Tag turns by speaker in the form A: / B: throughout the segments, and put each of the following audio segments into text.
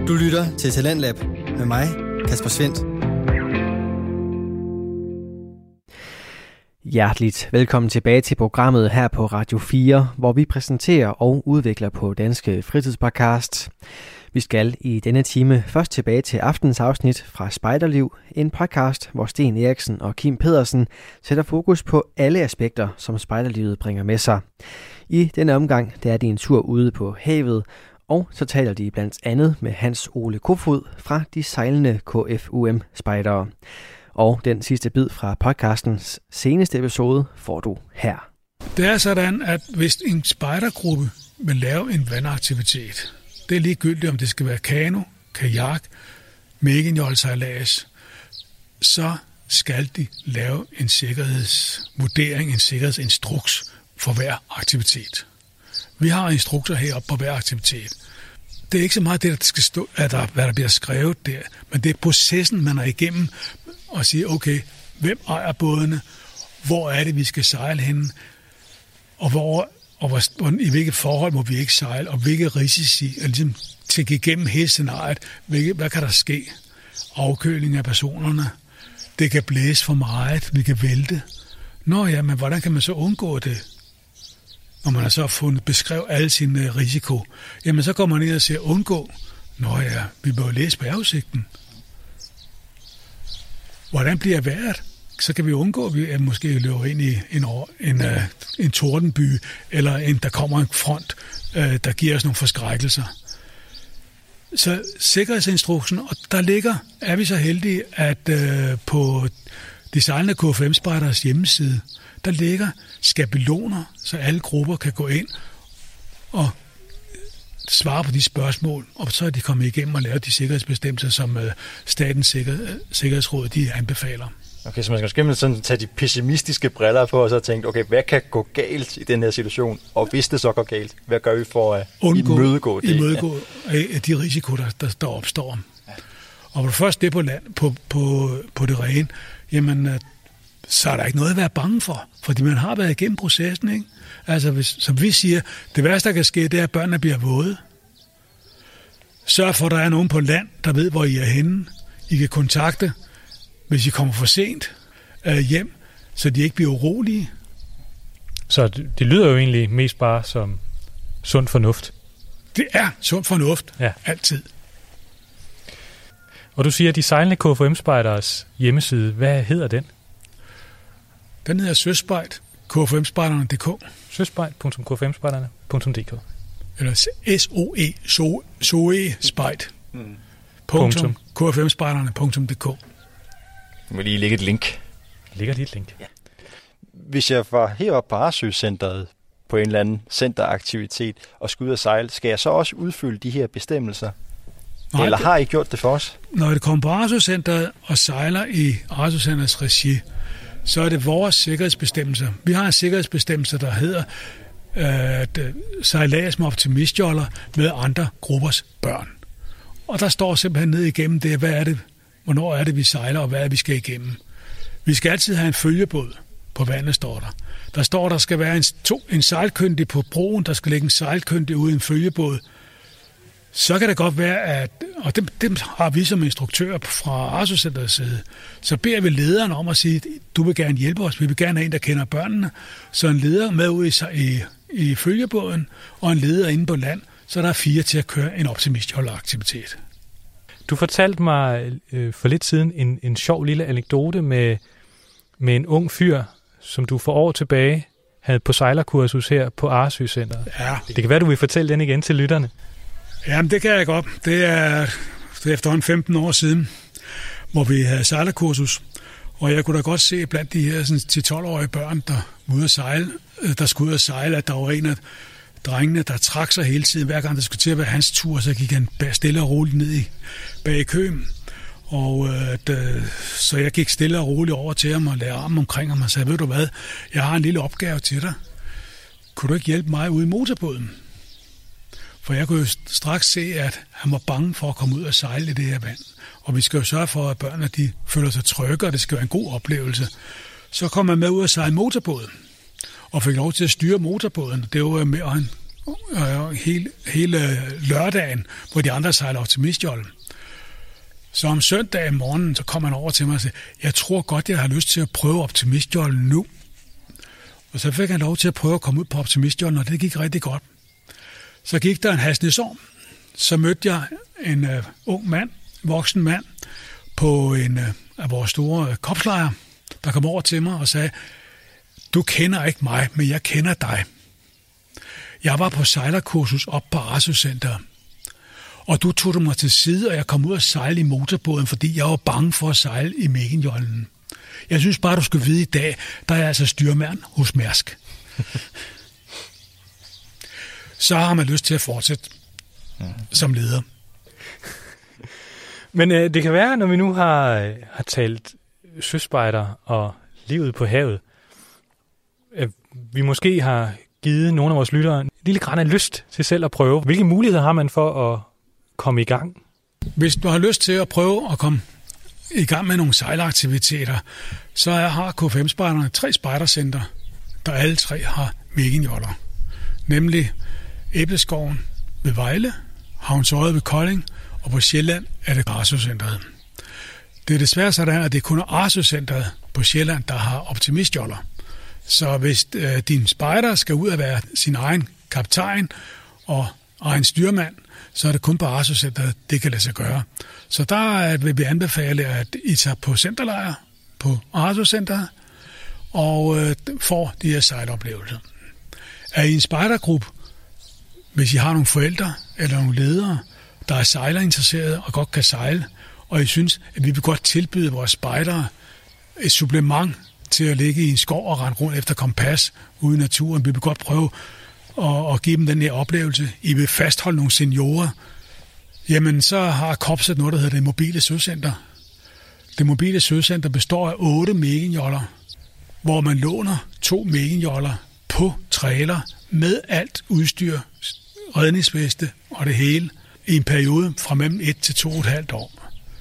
A: Du lytter til Talentlab med mig, Kasper Svendt.
B: Hjerteligt velkommen tilbage til programmet her på Radio 4, hvor vi præsenterer og udvikler på Danske Fritidspodcast. Vi skal i denne time først tilbage til aftens afsnit fra Spejderliv, en podcast, hvor Sten Eriksen og Kim Pedersen sætter fokus på alle aspekter, som spejderlivet bringer med sig. I denne omgang der er de en tur ude på havet, og så taler de blandt andet med Hans Ole Kofod fra de sejlende KFUM-spejdere. Og den sidste bid fra podcastens seneste episode får du her.
C: Det er sådan, at hvis en spejdergruppe vil lave en vandaktivitet, det er ligegyldigt, om det skal være kano, kajak, mækkenjoldsejlads, så skal de lave en sikkerhedsvurdering, en sikkerhedsinstruks for hver aktivitet. Vi har instrukser heroppe på hver aktivitet. Det er ikke så meget det, der skal stå, hvad der bliver skrevet der, men det er processen, man er igennem og siger, okay, hvem ejer bådene, hvor er det, vi skal sejle henne, og i hvilket forhold må vi ikke sejle, og hvilke risici, og ligesom tænke igennem hele scenariet, hvad kan der ske? Afkøling af personerne, det kan blæse for meget, vi kan vælte. Nå ja, men hvordan kan man så undgå det? Når man har så beskrevet alle sine risiko, jamen så går man ned og siger, undgå. Nå ja, vi bør læse vejrudsigten. Hvordan bliver vejret? Så kan vi undgå, at vi måske løber ind i en tordenby, eller der kommer en front, der giver os nogle forskrækkelser. Så sikkerhedsinstruksen, og der er vi så heldige, at på de sejlende KFUM-spejderes hjemmeside, der ligger skabeloner, så alle grupper kan gå ind og svare på de spørgsmål, og så er de kommet igennem og lavet de sikkerhedsbestemmelser, som Statens Sikkerhedsråd de anbefaler.
D: Okay, så man skal måske sådan tage de pessimistiske briller på, og så tænke, okay, hvad kan gå galt i den her situation? Og hvis det så går galt, hvad gør vi for at imødegå det?
C: Imødegå de risiko, der opstår. Ja. Og når først det er på land, på det rene, jamen, så er der ikke noget at være bange for, fordi man har været igennem processen, ikke? Altså, som vi siger, det værste, der kan ske, det er, at børnene bliver våde. Sørg for, at der er nogen på land, der ved, hvor I er henne. I kan kontakte, hvis I kommer for sent hjem, så de ikke bliver urolige.
E: Så det lyder jo egentlig mest bare som sund fornuft.
C: Det er sund fornuft, ja. Altid.
E: Og du siger, at de sejlende KFUM-spejderes hjemmeside, hvad hedder den?
C: Den hedder Søspejt, KFUM-spejderne.dk.
E: Søspejt.kfumspejderne.dk.
C: Eller SOE-spejt. KFUM-spejderne.dk.
D: Du må lige lægge et link.
E: Ligger lige et link. Ja.
D: Hvis jeg var heroppe på Arsø-centret på en eller anden centeraktivitet og skulle ud og sejle, skal jeg så også udfylde de her bestemmelser? Nej, eller har I gjort det for os?
C: Når det kommer på Arsø-centret og sejler i Arsø-centrets regi, så er det vores sikkerhedsbestemmelser. Vi har en sikkerhedsbestemmelse, der hedder sejlads med optimistjoller med andre gruppers børn. Og der står simpelthen ned igennem det, hvornår er det, vi sejler, og hvad er det, vi skal igennem. Vi skal altid have en følgebåd på vandet, står der. Der skal være en sejlkyndig på broen, der skal ligge en sejlkyndig ude i en følgebåd. Så kan det godt være, at, og dem har vi som instruktør fra Arsø-centrets side, så beder vi lederen om at sige, du vil gerne hjælpe os, vi vil gerne have en, der kender børnene. Så en leder med ud i følgebåden, og en leder inde på land, så der er 4 til at køre en optimistholderaktivitet.
E: Du fortalte mig for lidt siden en sjov lille anekdote med en ung fyr, som du for år tilbage havde på sejlerkursus her på Arsø-centret. Ja. Det kan være, du vil fortælle den igen til lytterne.
C: Jamen, det kan jeg godt. Det er efterhånden 15 år siden, hvor vi havde sejlerkursus. Og jeg kunne da godt se blandt de her 10-12-årige børn, der skulle ud og sejle, at der var en af drengene, der trak sig hele tiden. Hver gang der skulle til at være hans tur, så gik han stille og roligt ned bag køen. Og så jeg gik stille og roligt over til ham og lagde armen omkring ham og sagde, ved du hvad, jeg har en lille opgave til dig. Kunne du ikke hjælpe mig ude i motorbåden? For jeg kunne jo straks se, at han var bange for at komme ud og sejle i det her vand. Og vi skal jo sørge for, at børnene de føler sig trygge, og det skal være en god oplevelse. Så kom han med ud og sejle motorbåden, og fik lov til at styre motorbåden. Det var med, hele lørdagen, hvor de andre sejler optimistjolle. Så om søndag morgenen, så kom han over til mig og sagde, jeg tror godt, jeg har lyst til at prøve optimistjollen nu. Og så fik han lov til at prøve at komme ud på optimistjollen, og det gik rigtig godt. Så gik der en halsnæs år. Så mødte jeg en ung mand, voksen mand, på en af vores store kopslejre, der kom over til mig og sagde, du kender ikke mig, men jeg kender dig. Jeg var på sejlerkursus op på Arresø-centeret, og du tog mig til side, og jeg kom ud og sejle i motorbåden, fordi jeg var bange for at sejle i Mækkenjollen. Jeg synes bare, du skal vide i dag, der er altså styrmand hos Mærsk. Så har man lyst til at fortsætte som leder.
E: Men det kan være, når vi nu har talt søspejder og livet på havet, at vi måske har givet nogle af vores lyttere en lille grann af lyst til selv at prøve. Hvilke muligheder har man for at komme i gang?
C: Hvis du har lyst til at prøve at komme i gang med nogle sejleraktiviteter, så har K5-spejderne 3 spejdercenter, der alle 3 har Mækkenjoller. Nemlig Æbleskoven ved Vejle, Havnsøjet ved Kolding, og på Sjælland er det Arresø-centeret. Det er desværre sådan, at det kun er Arresø-centeret på Sjælland, der har optimistjoller. Så hvis din spejder skal ud at være sin egen kaptajn og egen styrmand, så er det kun på Arresø-centeret, det kan lade sig gøre. Så der vil vi anbefale, at I tager på centerlejr på Arresø-centeret og får de her sejloplevelser. Er I en spejdergruppe, hvis I har nogle forældre eller nogle ledere, der er sejlerinteresserede og godt kan sejle, og I synes, at vi vil godt tilbyde vores spejdere et supplement til at ligge i en skov og rende rundt efter kompas ude i naturen. Vi vil godt prøve at give dem den her oplevelse. I vil fastholde nogle seniorer. Jamen, så har Kopset noget, der hedder det mobile søcenter. Det mobile søcenter består af 8 Mækkenjoller, hvor man låner 2 Mækkenjoller på trailer med alt udstyr, redningsveste og det hele, i en periode fra mellem 1 til 2,5 år.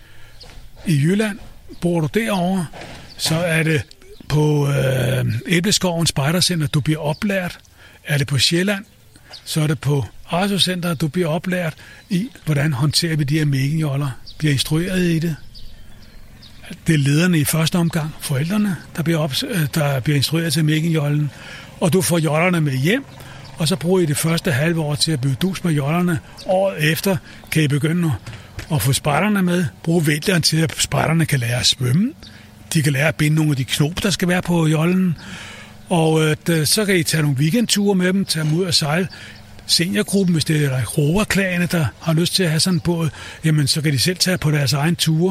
C: I Jylland bor du derovre, så er det på Æbleskoven Spejdercenter, du bliver oplært. Er det på Sjælland, så er det på Arresø-centeret, du bliver oplært i, hvordan håndterer vi de her Mækkenjoller. Bliver instrueret i det. Det er lederne i første omgang, forældrene, der bliver instrueret til Mækkenjollen. Og du får jollerne med hjem, og så bruger I det første halve år til at bygge dus med jollerne. Året efter kan I begynde at få spejderne med. Bruge vinteren til, at spejderne kan lære at svømme. De kan lære at binde nogle af de knop, der skal være på jollen. Og så kan I tage nogle weekendture med dem, tage dem ud og sejle. Seniorgruppen, hvis det er roverklagene, der har lyst til at have sådan en båd, jamen så kan de selv tage på deres egen ture.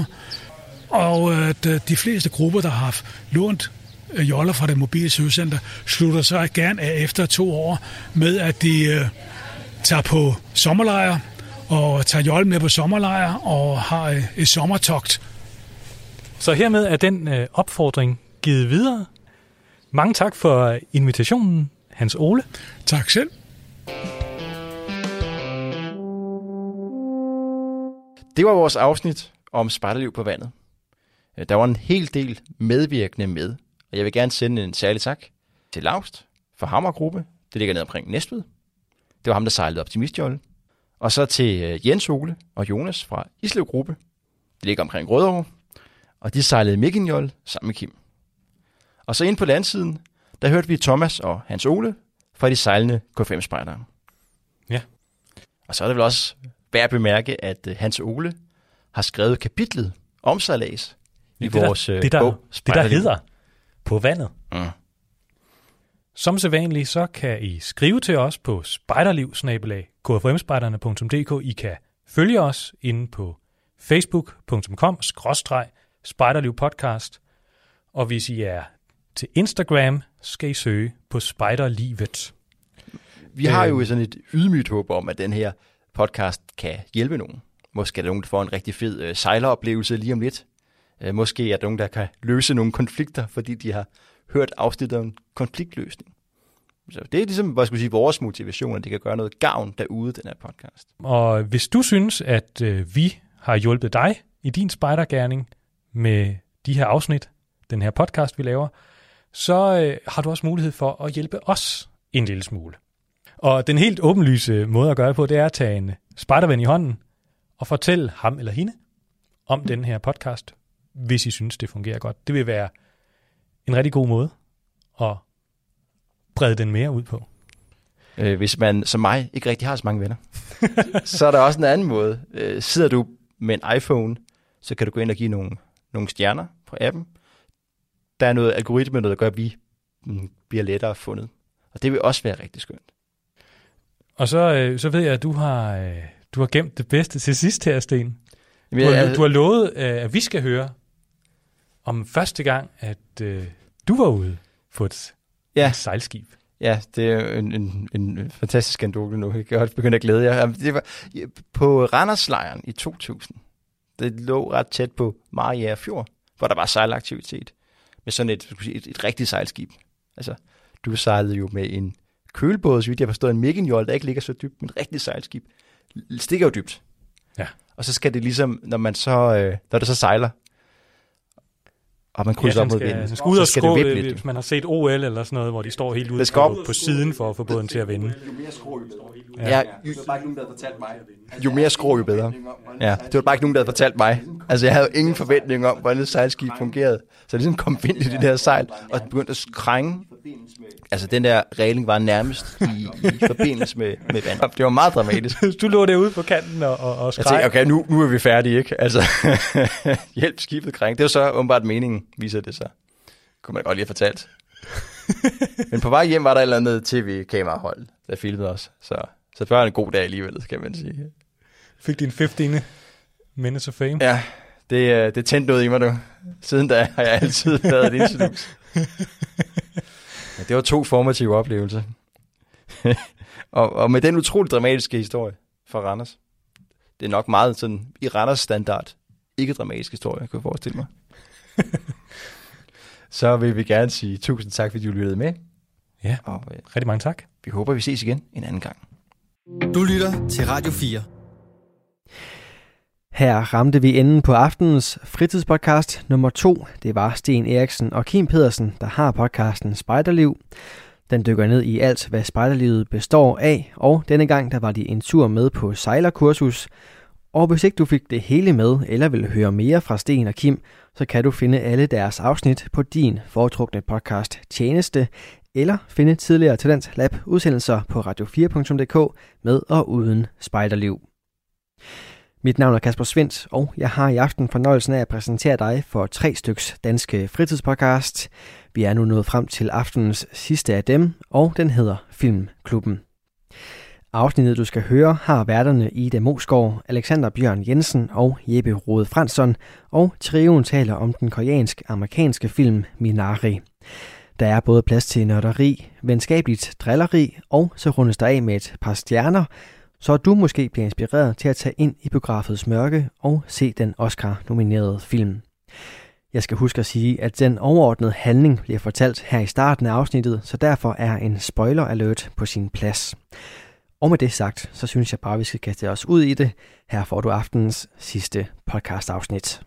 C: Og de fleste grupper, der har haft lånt joller fra det mobile søcenter, slutter sig gerne af efter 2 år med, at de tager på sommerlejr og tager jollen med på sommerlejr og har et sommertogt.
E: Så hermed er den opfordring givet videre. Mange tak for invitationen, Hans Ole.
C: Tak selv.
D: Det var vores afsnit om spejderliv på vandet. Der var en hel del medvirkende med, og jeg vil gerne sende en særlig tak til Laust fra Hammergruppe. Det ligger nede omkring Næstved. Det var ham, der sejlede optimistjolle. Og så til Jens Ole og Jonas fra Islev Gruppe. Det ligger omkring Rødovre. Og de sejlede Mækkenjolle sammen med Kim. Og så ind på landsiden, der hørte vi Thomas og Hans Ole fra de sejlende K5-spejdere.
E: Ja.
D: Og så er det vel også værd at bemærke, at Hans Ole har skrevet kapitlet om sejlads i vores bog.
E: Det der hedder På vandet. Som sædvanligt, så kan I skrive til os på spejderliv@kfmspejderne.dk. I kan følge os inde på facebook.com/spejderlivpodcast. Og hvis I er til Instagram, skal I søge på Spejderlivet.
D: Vi har jo sådan et ydmygt håb om, at den her podcast kan hjælpe nogen. Måske er der nogen, der får en rigtig fed sejleroplevelse lige om lidt. Måske er der nogen, der kan løse nogle konflikter, fordi de har hørt afsnittet om konfliktløsning. Så det er ligesom, vores motivation, at det kan gøre noget gavn derude, den her podcast.
E: Og hvis du synes, at vi har hjulpet dig i din spejdergerning med de her afsnit, den her podcast, vi laver, så har du også mulighed for at hjælpe os en lille smule. Og den helt åbenlyse måde at gøre det på, det er at tage en spejderven i hånden og fortælle ham eller hende om den her podcast, hvis I synes, det fungerer godt. Det vil være en rigtig god måde at brede den mere ud på.
D: Hvis man som mig ikke rigtig har så mange venner, så er der også en anden måde. Sidder du med en iPhone, så kan du gå ind og give nogle stjerner på appen. Der er noget algoritme, der gør, at vi bliver lettere fundet. Og det vil også være rigtig skønt.
E: Og så ved jeg, at du har gemt det bedste til sidst her, Sten. Du har lovet, at vi skal høre om første gang, at du var ude på et sejlskib.
D: Ja, det er en fantastisk anekdote nu. Jeg kan godt begynde at glæde jer. Det var på Randerslejren i 2000. Det lå ret tæt på Mariager Fjord, hvor der var sejlaktivitet. Med sådan et rigtigt sejlskib. Altså, du sejlede jo med en kølebåd, så vidt jeg forstår, en Mækkenjold, der ikke ligger så dybt, men et rigtigt sejlskib. Stikker jo dybt.
E: Ja.
D: Og så skal det ligesom, når det så sejler, og man krydser op mod vinden.
E: Den skal ud og skråle, hvis man har set OL eller sådan noget, hvor de står helt ude på siden for at få båden til at vinde.
D: Jo mere skrå, jo bedre. Ja, det var bare ikke nogen, der havde fortalt mig. Altså, jeg havde ingen forventning om, hvordan et sejlskib fungerede. Så ligesom kom vind i det der sejl, og det begyndte at krænge. Altså, den der regling var nærmest i forbindelse med vand. Det var meget dramatisk.
E: Du lå derude på kanten og skreg.
D: Jeg tænkte, okay, nu er vi færdige, ikke? Altså, hjælp skibet krænge. Det var så åbenbart meningen, viser det sig. Kunne man godt lige have fortalt. Men på vej hjem var der et eller andet tv-kamerahold, der filmede os. Så det var en god dag alligevel, kan man sige.
E: Fik din 15. minutes of fame?
D: Ja, det tændte noget i mig, du. Siden da har jeg altid været et incident. Ja, det var 2 formative oplevelser. og med den utroligt dramatiske historie fra Randers. Det er nok meget sådan i Randers standard. Ikke dramatisk historie, jeg kan forestille mig. Så vil vi gerne sige tusind tak, fordi du lyttede med.
E: Ja, og rigtig mange tak.
D: Vi håber, vi ses igen en anden gang.
A: Du lytter til Radio 4.
B: Her ramte vi enden på aftenens fritidspodcast nummer 2. Det var Sten Eriksen og Kim Pedersen, der har podcasten Spejderliv. Den dykker ned i alt, hvad spejderlivet består af, og denne gang der var de en tur med på sejlerkursus. Og hvis ikke du fik det hele med, eller vil høre mere fra Sten og Kim, så kan du finde alle deres afsnit på din foretrukne podcast Tjeneste, eller finde tidligere Talent Lab udsendelser på radio4.dk med og uden spejderliv. Mit navn er Kasper Svendt, og jeg har i aften fornøjelsen af at præsentere dig for 3 styks danske fritidspodcast. Vi er nu nået frem til aftenens sidste af dem, og den hedder Filmklubben. Afsnittet, du skal høre, har værterne Ida Mosgaard, Alexander Bjørn Jensen og Jeppe Rode Fransson, og trioen taler om den koreansk-amerikanske film Minari. Der er både plads til nørderi, venskabeligt drilleri, og så rundes der af med et par stjerner, så du måske bliver inspireret til at tage ind i biografets mørke og se den Oscar-nominerede film. Jeg skal huske at sige, at den overordnede handling bliver fortalt her i starten af afsnittet, så derfor er en spoiler alert på sin plads. Og med det sagt, så synes jeg bare, at vi skal kaste os ud i det. Her får du aftenens sidste podcast-afsnit.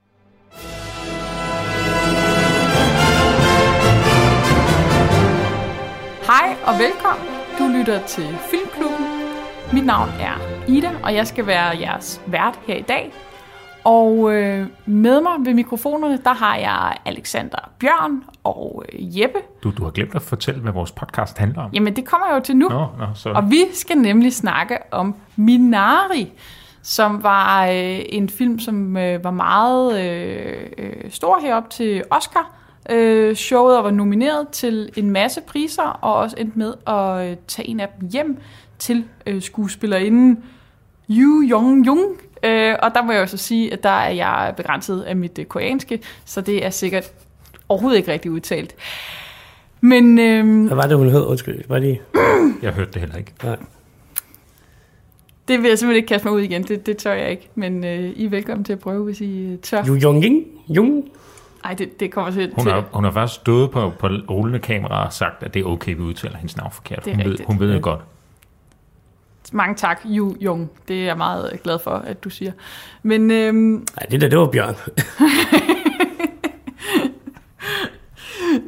F: Hej og velkommen. Du lytter til Filmklubben. Mit navn er Ida, og jeg skal være jeres vært her i dag. Og med mig ved mikrofonerne, der har jeg Alexander Bjørn og Jeppe.
G: Du har glemt at fortælle, hvad vores podcast handler om.
F: Jamen, det kommer jeg jo til nu. Og vi skal nemlig snakke om Minari, som var en film, som var meget stor herop til Oscar. Showet var nomineret til en masse priser, og også endte med at tage en af dem hjem til skuespillerinden Yoo Jong-jung. Og der må jeg jo så sige, at der er jeg begrænset af mit koreanske, så det er sikkert overhovedet ikke rigtig udtalt. Men
H: hvad var det, hun hed? Undskyld, var det?
G: Jeg hørte det heller ikke.
H: Nej.
F: Det vil jeg simpelthen ikke kaste mig ud igen, det tør jeg ikke. Men I er velkommen til at prøve, hvis I tør.
H: Yoo Jong-jung?
F: Nej, det kommer til.
G: Hun har faktisk stået på rullende kamera og sagt, at det er okay, vi udtaler hendes navn forkert. Hun ved det godt.
F: Mange tak, Yoo Jung. Det er jeg meget glad for, at du siger. Men
H: nej, det var Bjørn.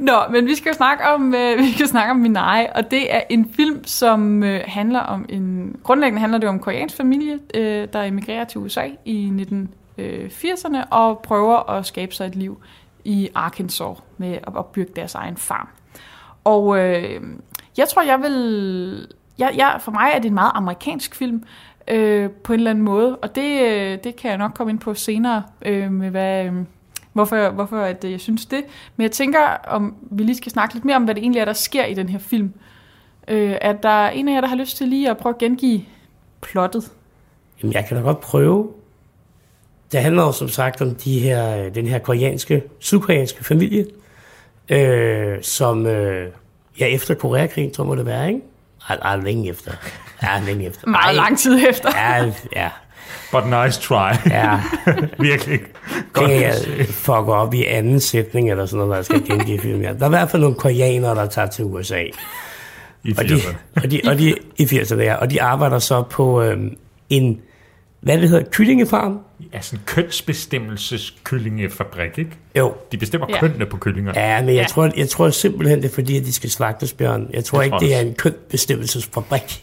F: Nå, men vi skal jo snakke om Minari, og det er en film, som handler om grundlæggende handler det om en koreansk familie, der emigrerer til USA i 1980'erne og prøver at skabe sig et liv i Arkansas med at opbygge deres egen farm. Og jeg tror, for mig er det en meget amerikansk film på en eller anden måde, og det kan jeg nok komme ind på senere med hvorfor at jeg synes det. Men jeg tænker, om vi lige skal snakke lidt mere om, hvad det egentlig er, der sker i den her film. Er der en af jer, der har lyst til lige at prøve at gengive plottet?
H: Jamen, jeg kan da godt prøve. Det handler jo som sagt om den her sydkoreanske familie, som efter Koreakrigen, tror jeg, må det være, ikke? Længe efter. Ja, længe efter.
F: Meget lang tid efter.
H: Ja.
G: But nice try.
H: Ja.
G: Virkelig.
H: Godt. Jeg fucker op i anden sætning, eller sådan noget, der skal gengive filmen. Der er i hvert fald nogle koreanere, der tager til USA.
G: I 80'erne.
H: I 80'erne, ja. Og de arbejder så på hvad det hedder, kyllingefarm?
G: Ja, sådan en kønsbestemmelseskyllingefabrik, ikke?
H: Jo.
G: De bestemmer kønnene på kyllingerne.
H: Ja, men jeg tror simpelthen, det er fordi, at de skal slagtes, Bjørn. Jeg tror ikke, det er en kønsbestemmelsesfabrik.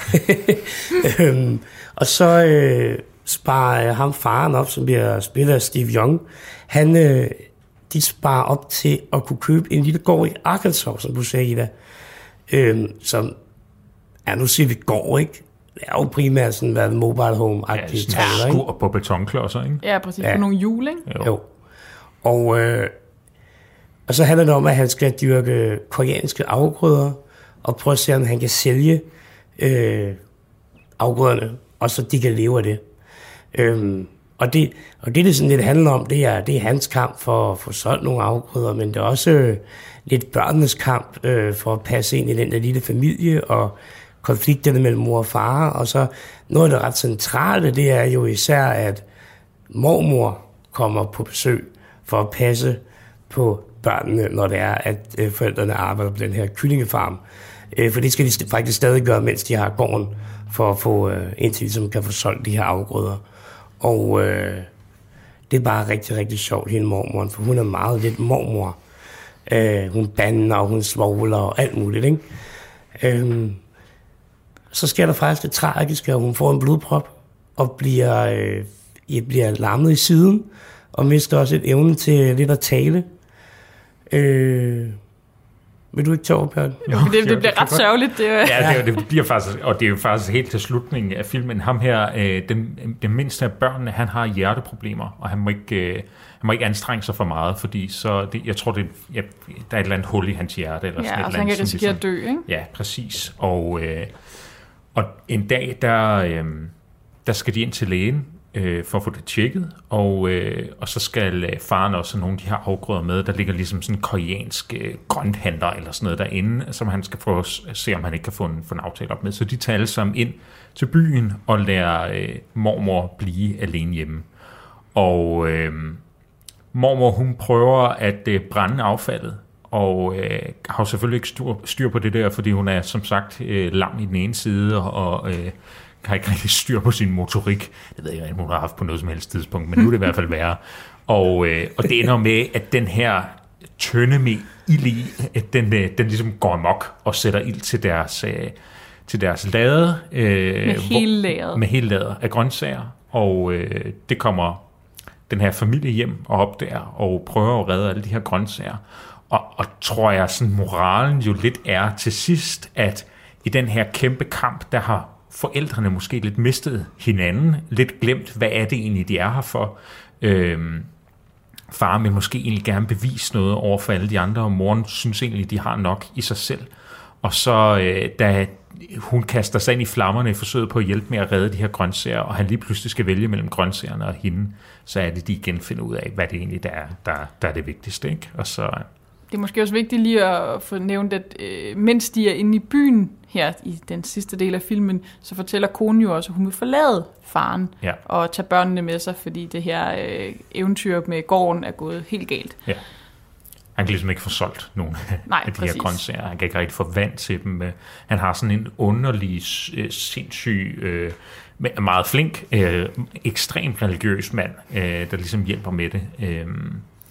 H: Og så sparer ham faren op, som bliver spillet af Steve Young. De sparer op til at kunne købe en lille gård i Arkansas, som du sagde, Ida. Som, nu siger vi gård, ikke? Det er jo primært sådan været mobile home-agtige taler, ikke?
G: Skur på betonklodser, ikke?
F: Ja, præcis. På nogle hjul, ikke?
H: Jo. Og så handler det om, at han skal dyrke koreanske afgrøder, og prøve at se, om han kan sælge afgrøderne, og så de kan leve af det. Og det sådan lidt handler om, det er hans kamp for at få solgt nogle afgrøder, men det er også lidt børnenes kamp for at passe ind i den der lille familie, og konflikterne mellem mor og far. Og så noget af det ret centrale, det er jo især, at mormor kommer på besøg for at passe på børnene, når det er, at forældrene arbejder på den her kyllingefarm. For det skal de faktisk stadig gøre, mens de har gården, for at få, indtil de som kan få solgt de her afgrøder. Og det er bare rigtig, rigtig sjovt, hende mormoren, for hun er meget lidt mormor. Hun bander, og hun svogler og alt muligt, ikke? Så sker der faktisk det tragiske, at hun får en blodprop og bliver lammet i siden, og mister også et evne til lidt at tale. Vil du ikke tage over, Bjørn?
F: Jo, det bliver ret sørgeligt.
G: Det bliver faktisk, og det er jo faktisk helt til slutningen af filmen. Ham her, den mindste af børnene, han har hjerteproblemer, og han må ikke anstrenge sig for meget, fordi jeg tror, der er et eller andet hul i hans hjerte. Eller sådan et
F: og
G: så
F: han kan risikere at dø, ikke?
G: Ja, præcis. Og en dag, der skal de ind til lægen, for at få det tjekket, og så skal faren også have nogle af de her afgrøder med. Der ligger ligesom sådan en koreansk grønthandler eller sådan noget derinde, som han skal prøve at se, om han ikke kan få en aftale op med. Så de tager alle sammen ind til byen og lader mormor blive alene hjemme. Og mormor, hun prøver at brænde affaldet, og har selvfølgelig ikke styr på det der, fordi hun er som sagt lam i den ene side, og har ikke rigtig styr på sin motorik. Det ved jeg ikke, om hun har haft på noget som helst tidspunkt, men nu er det i hvert fald værre. Og det ender med, at den her tønde med ild i, at den ligesom går amok og sætter ild til deres lade. Med hele lader af grøntsager. Og det kommer den her familie hjem og opdager og prøver at redde alle de her grøntsager. Og tror jeg, sådan moralen jo lidt er til sidst, at i den her kæmpe kamp, der har forældrene måske lidt mistet hinanden, lidt glemt, hvad er det egentlig, de er her for. Far vil måske egentlig gerne bevise noget over for alle de andre, og moren synes egentlig, de har nok i sig selv. Og så, da hun kaster sig ind i flammerne i forsøget på at hjælpe med at redde de her grøntsager, og han lige pludselig skal vælge mellem grøntsagerne og hende, så er det, de igen finder ud af, hvad det egentlig der er det vigtigste, ikke? Og så
F: det er måske også vigtigt lige at få nævnt, at mens de er inde i byen her i den sidste del af filmen, så fortæller konen jo også, at hun vil forlade faren og tage børnene med sig, fordi det her eventyr med gården er gået helt galt. Ja.
G: Han kan ligesom ikke få solgt nogen af de her grøntsager. Han kan ikke rigtig få vand til dem. Han har sådan en underlig, sindssyg, meget flink, ekstremt religiøs mand, der ligesom hjælper med det.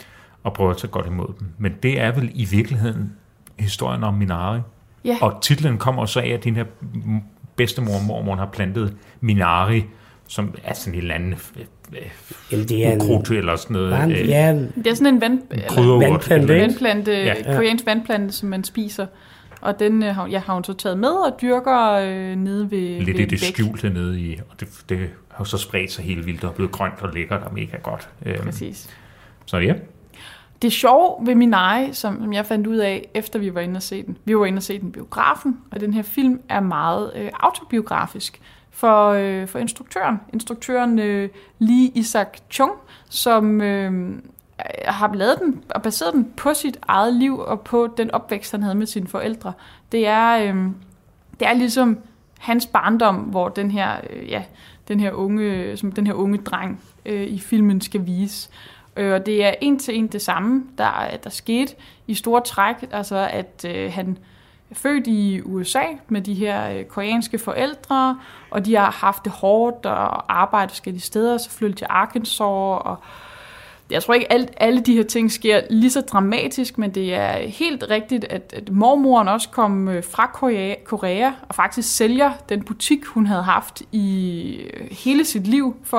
G: og prøver at tage godt imod dem. Men det er vel i virkeligheden historien om Minari.
F: Ja.
G: Og titlen kommer så af, at din her bedstemor og mormor har plantet Minari, som er sådan en eller anden ukrudt eller sådan noget.
F: Det er sådan en vandplante, koreansk vandplante, som man spiser. Og den har hun så taget med og dyrker nede ved
G: lidt
F: ved
G: i det skjulte nede i, og det har jo så spredt sig helt vildt og er blevet grønt og lækkert og mega godt.
F: Præcis.
G: Så ja.
F: Det sjove ved Minari, som jeg fandt ud af, efter vi var inde og se den. Vi var inde og se den biografen, og den her film er meget autobiografisk for instruktøren. Instruktøren Lee Isaac-chung, som har lavet den og baseret den på sit eget liv og på den opvækst, han havde med sine forældre. Det er ligesom hans barndom, hvor den her unge dreng i filmen skal vise. Og det er en til en det samme, der skete i store træk. Altså at han er født i USA med de her koreanske forældre, og de har haft det hårdt og arbejdet forskellige steder, så flyttet til Arkansas. Og jeg tror ikke, alle de her ting sker lige så dramatisk, men det er helt rigtigt, at mormoren også kom fra Korea og faktisk sælger den butik, hun havde haft i hele sit liv for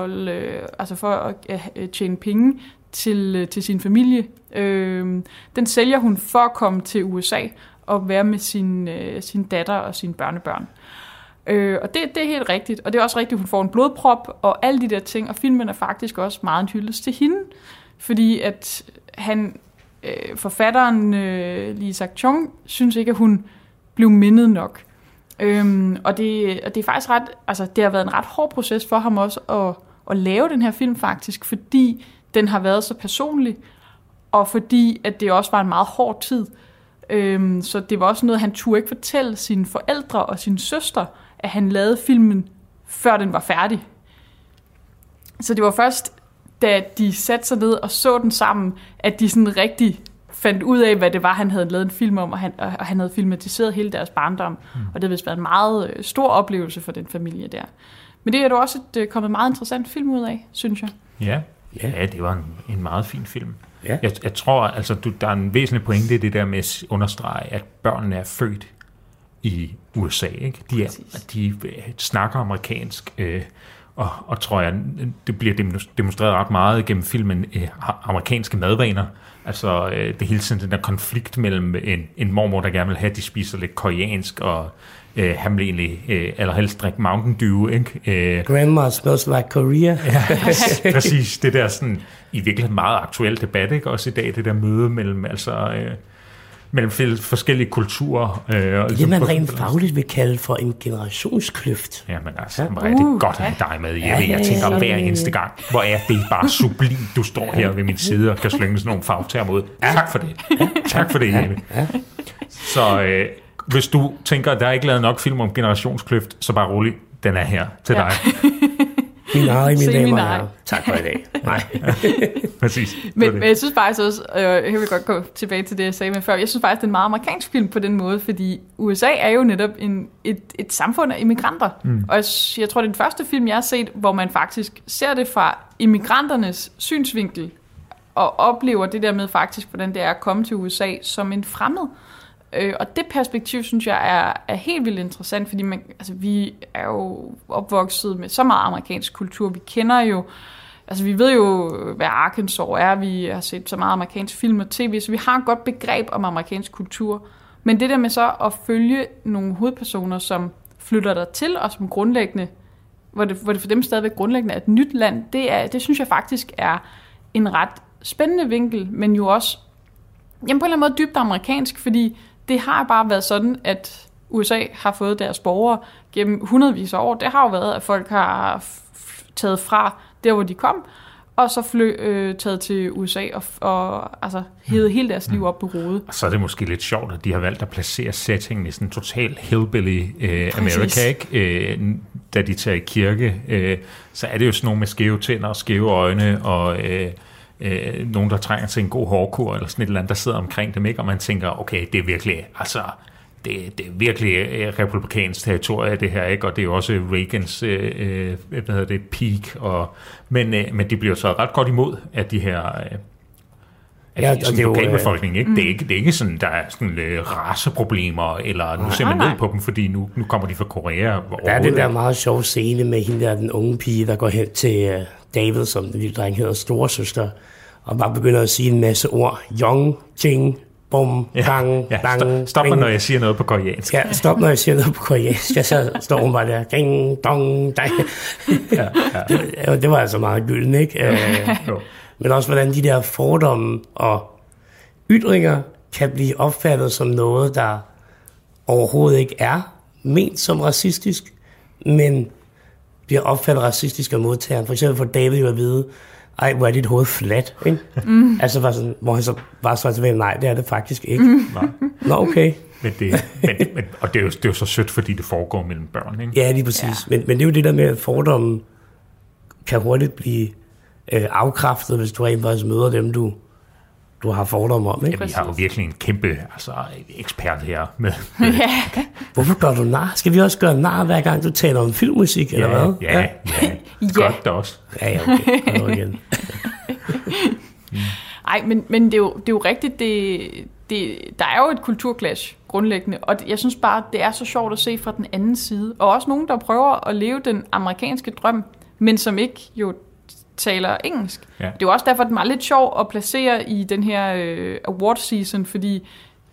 F: at tjene penge til sin familie. Den sælger hun for at komme til USA og være med sin datter og sine børnebørn. Og det er helt rigtigt, og det er også rigtigt, at hun får en blodprop og alle de der ting, og filmen er faktisk også meget en hyldest til hende, fordi at forfatteren Lee Isaac-chung synes ikke, at hun blev mindet nok. Og det er faktisk det har været en ret hård proces for ham også at lave den her film faktisk, fordi den har været så personlig, og fordi at det også var en meget hård tid. Så det var også noget, han turde ikke fortælle sine forældre og sin søster, at han lavede filmen, før den var færdig. Så det var først, da de satte sig ned og så den sammen, at de sådan rigtig fandt ud af, hvad det var, han havde lavet en film om, og han havde filmatiseret hele deres barndom. Og det har vist været en meget stor oplevelse for den familie der. Men det er jo også kommet meget interessant film ud af, synes jeg.
G: Ja, det var en meget fin film. Ja. Jeg tror, altså, der er en væsentlig pointe i det der med at understrege, at børnene er født i USA. Ikke? De snakker amerikansk, og tror jeg, det bliver demonstreret ret meget gennem filmen amerikanske madvaner. Altså det hele tiden den der konflikt mellem en mormor, der gerne vil have, at de spiser lidt koreansk, og han vil egentlig allerhelst drikke Mountain Dew. Ikke?
H: Grandma smells like Korea.
G: Ja, præcis. Det der sådan, i virkeligheden meget aktuel debat, ikke? Også i dag, det der møde mellem mellem forskellige kulturer.
H: Det man rent fagligt vil kalde for en generationskløft.
G: Jamen altså, hvor er det godt at have dig med, Jeppe. Jeg tænker hver eneste gang, hvor er det bare sublim, du står her ved min side og kan slynge sådan nogle fagtermer ud. Tak for det. Tak for det, Jeppe. Så hvis du tænker, at der er ikke lavet nok film om generationskløft, så bare rolig, den er her til dig.
H: Minari, mine damer og herrer. Tak for i dag. Nej.
G: Præcis.
F: Men jeg synes faktisk også, jeg vil godt gå tilbage til det, jeg sagde med før, jeg synes faktisk, det er en meget amerikansk film på den måde, fordi USA er jo netop et samfund af immigranter. Og jeg tror, det er den første film, jeg har set, hvor man faktisk ser det fra immigranternes synsvinkel, og oplever det der med faktisk, hvordan det er at komme til USA som en fremmed. Og det perspektiv, synes jeg, er helt vildt interessant, fordi vi er jo opvokset med så meget amerikansk kultur. Vi kender jo, vi ved jo, hvad Arkansas er, vi har set så meget amerikansk film og tv, så vi har et godt begreb om amerikansk kultur. Men det der med så at følge nogle hovedpersoner, som flytter der til, og som grundlæggende, hvor det for dem stadigvæk grundlæggende er et nyt land, det synes jeg faktisk er en ret spændende vinkel, men jo også på en eller anden måde dybt amerikansk, fordi det har bare været sådan, at USA har fået deres borgere gennem hundredvis af år. Det har jo været, at folk har taget fra der, hvor de kom, og så taget til USA og hævet hele deres liv op på rodet.
G: Så er det måske lidt sjovt, at de har valgt at placere settingen i sådan en total hillbilly America, ikke? Da de tager i kirke, så er det jo sådan nogle med skæve tænder og skæve øjne, og nogen, der trænger til en god hårkur, eller sådan et eller andet, der sidder omkring dem, ikke? Og man tænker, okay, det er virkelig, det er virkelig republikansk territorie, det her, ikke? Og det er jo også Reagans, peak, men de bliver så ret godt imod, at de her Altså, lokalbefolkningen, ikke? Det er ikke sådan, der er sådan raceproblemer, eller nu ser man ned på dem, fordi nu kommer de fra Korea.
H: Der er den der meget sjove scene med hende der, den unge pige, der går hen til David, som den lille dreng hedder, storesøster, og bare begynder at sige en masse ord. Yong, Jing, Bum, Bang, Bang.
G: Stop mig, når jeg siger noget på koreansk.
H: Ja, stop, når jeg siger noget på koreansk. Så står hun bare der. Ding, dong, dang. Det var altså meget gylden, ikke? Men også, hvordan de der fordomme og ytringer kan blive opfattet som noget, der overhovedet ikke er ment som racistisk, men bliver opfattet racistisk af modtageren. For eksempel for David jo at vide, ej, hvor er dit hoved flat, ikke? Altså, var sådan, hvor han så bare svarede tilbage, nej, det er det faktisk ikke. Nå, okay.
G: Og det er jo så sødt, fordi det foregår mellem børn, ikke?
H: Ja, lige præcis. Ja. Men det er jo det der med, at fordommen kan hurtigt blive afkræftet, hvis du rent faktisk møder dem, du har fordomme om, ikke?
G: Ja, vi har jo virkelig en kæmpe ekspert her med.
H: Hvorfor gør du nar? Skal vi også gøre nar, hver gang du taler om filmmusik, eller hvad?
G: Ja. Godt da også.
H: Ja, okay. Godt igen.
F: Ej, men det er jo rigtigt, der er jo et kulturclash grundlæggende, og jeg synes bare, det er så sjovt at se fra den anden side, og også nogen, der prøver at leve den amerikanske drøm, men som ikke jo taler engelsk. Ja. Det er jo også derfor, at den var lidt sjov at placere i den her award season, fordi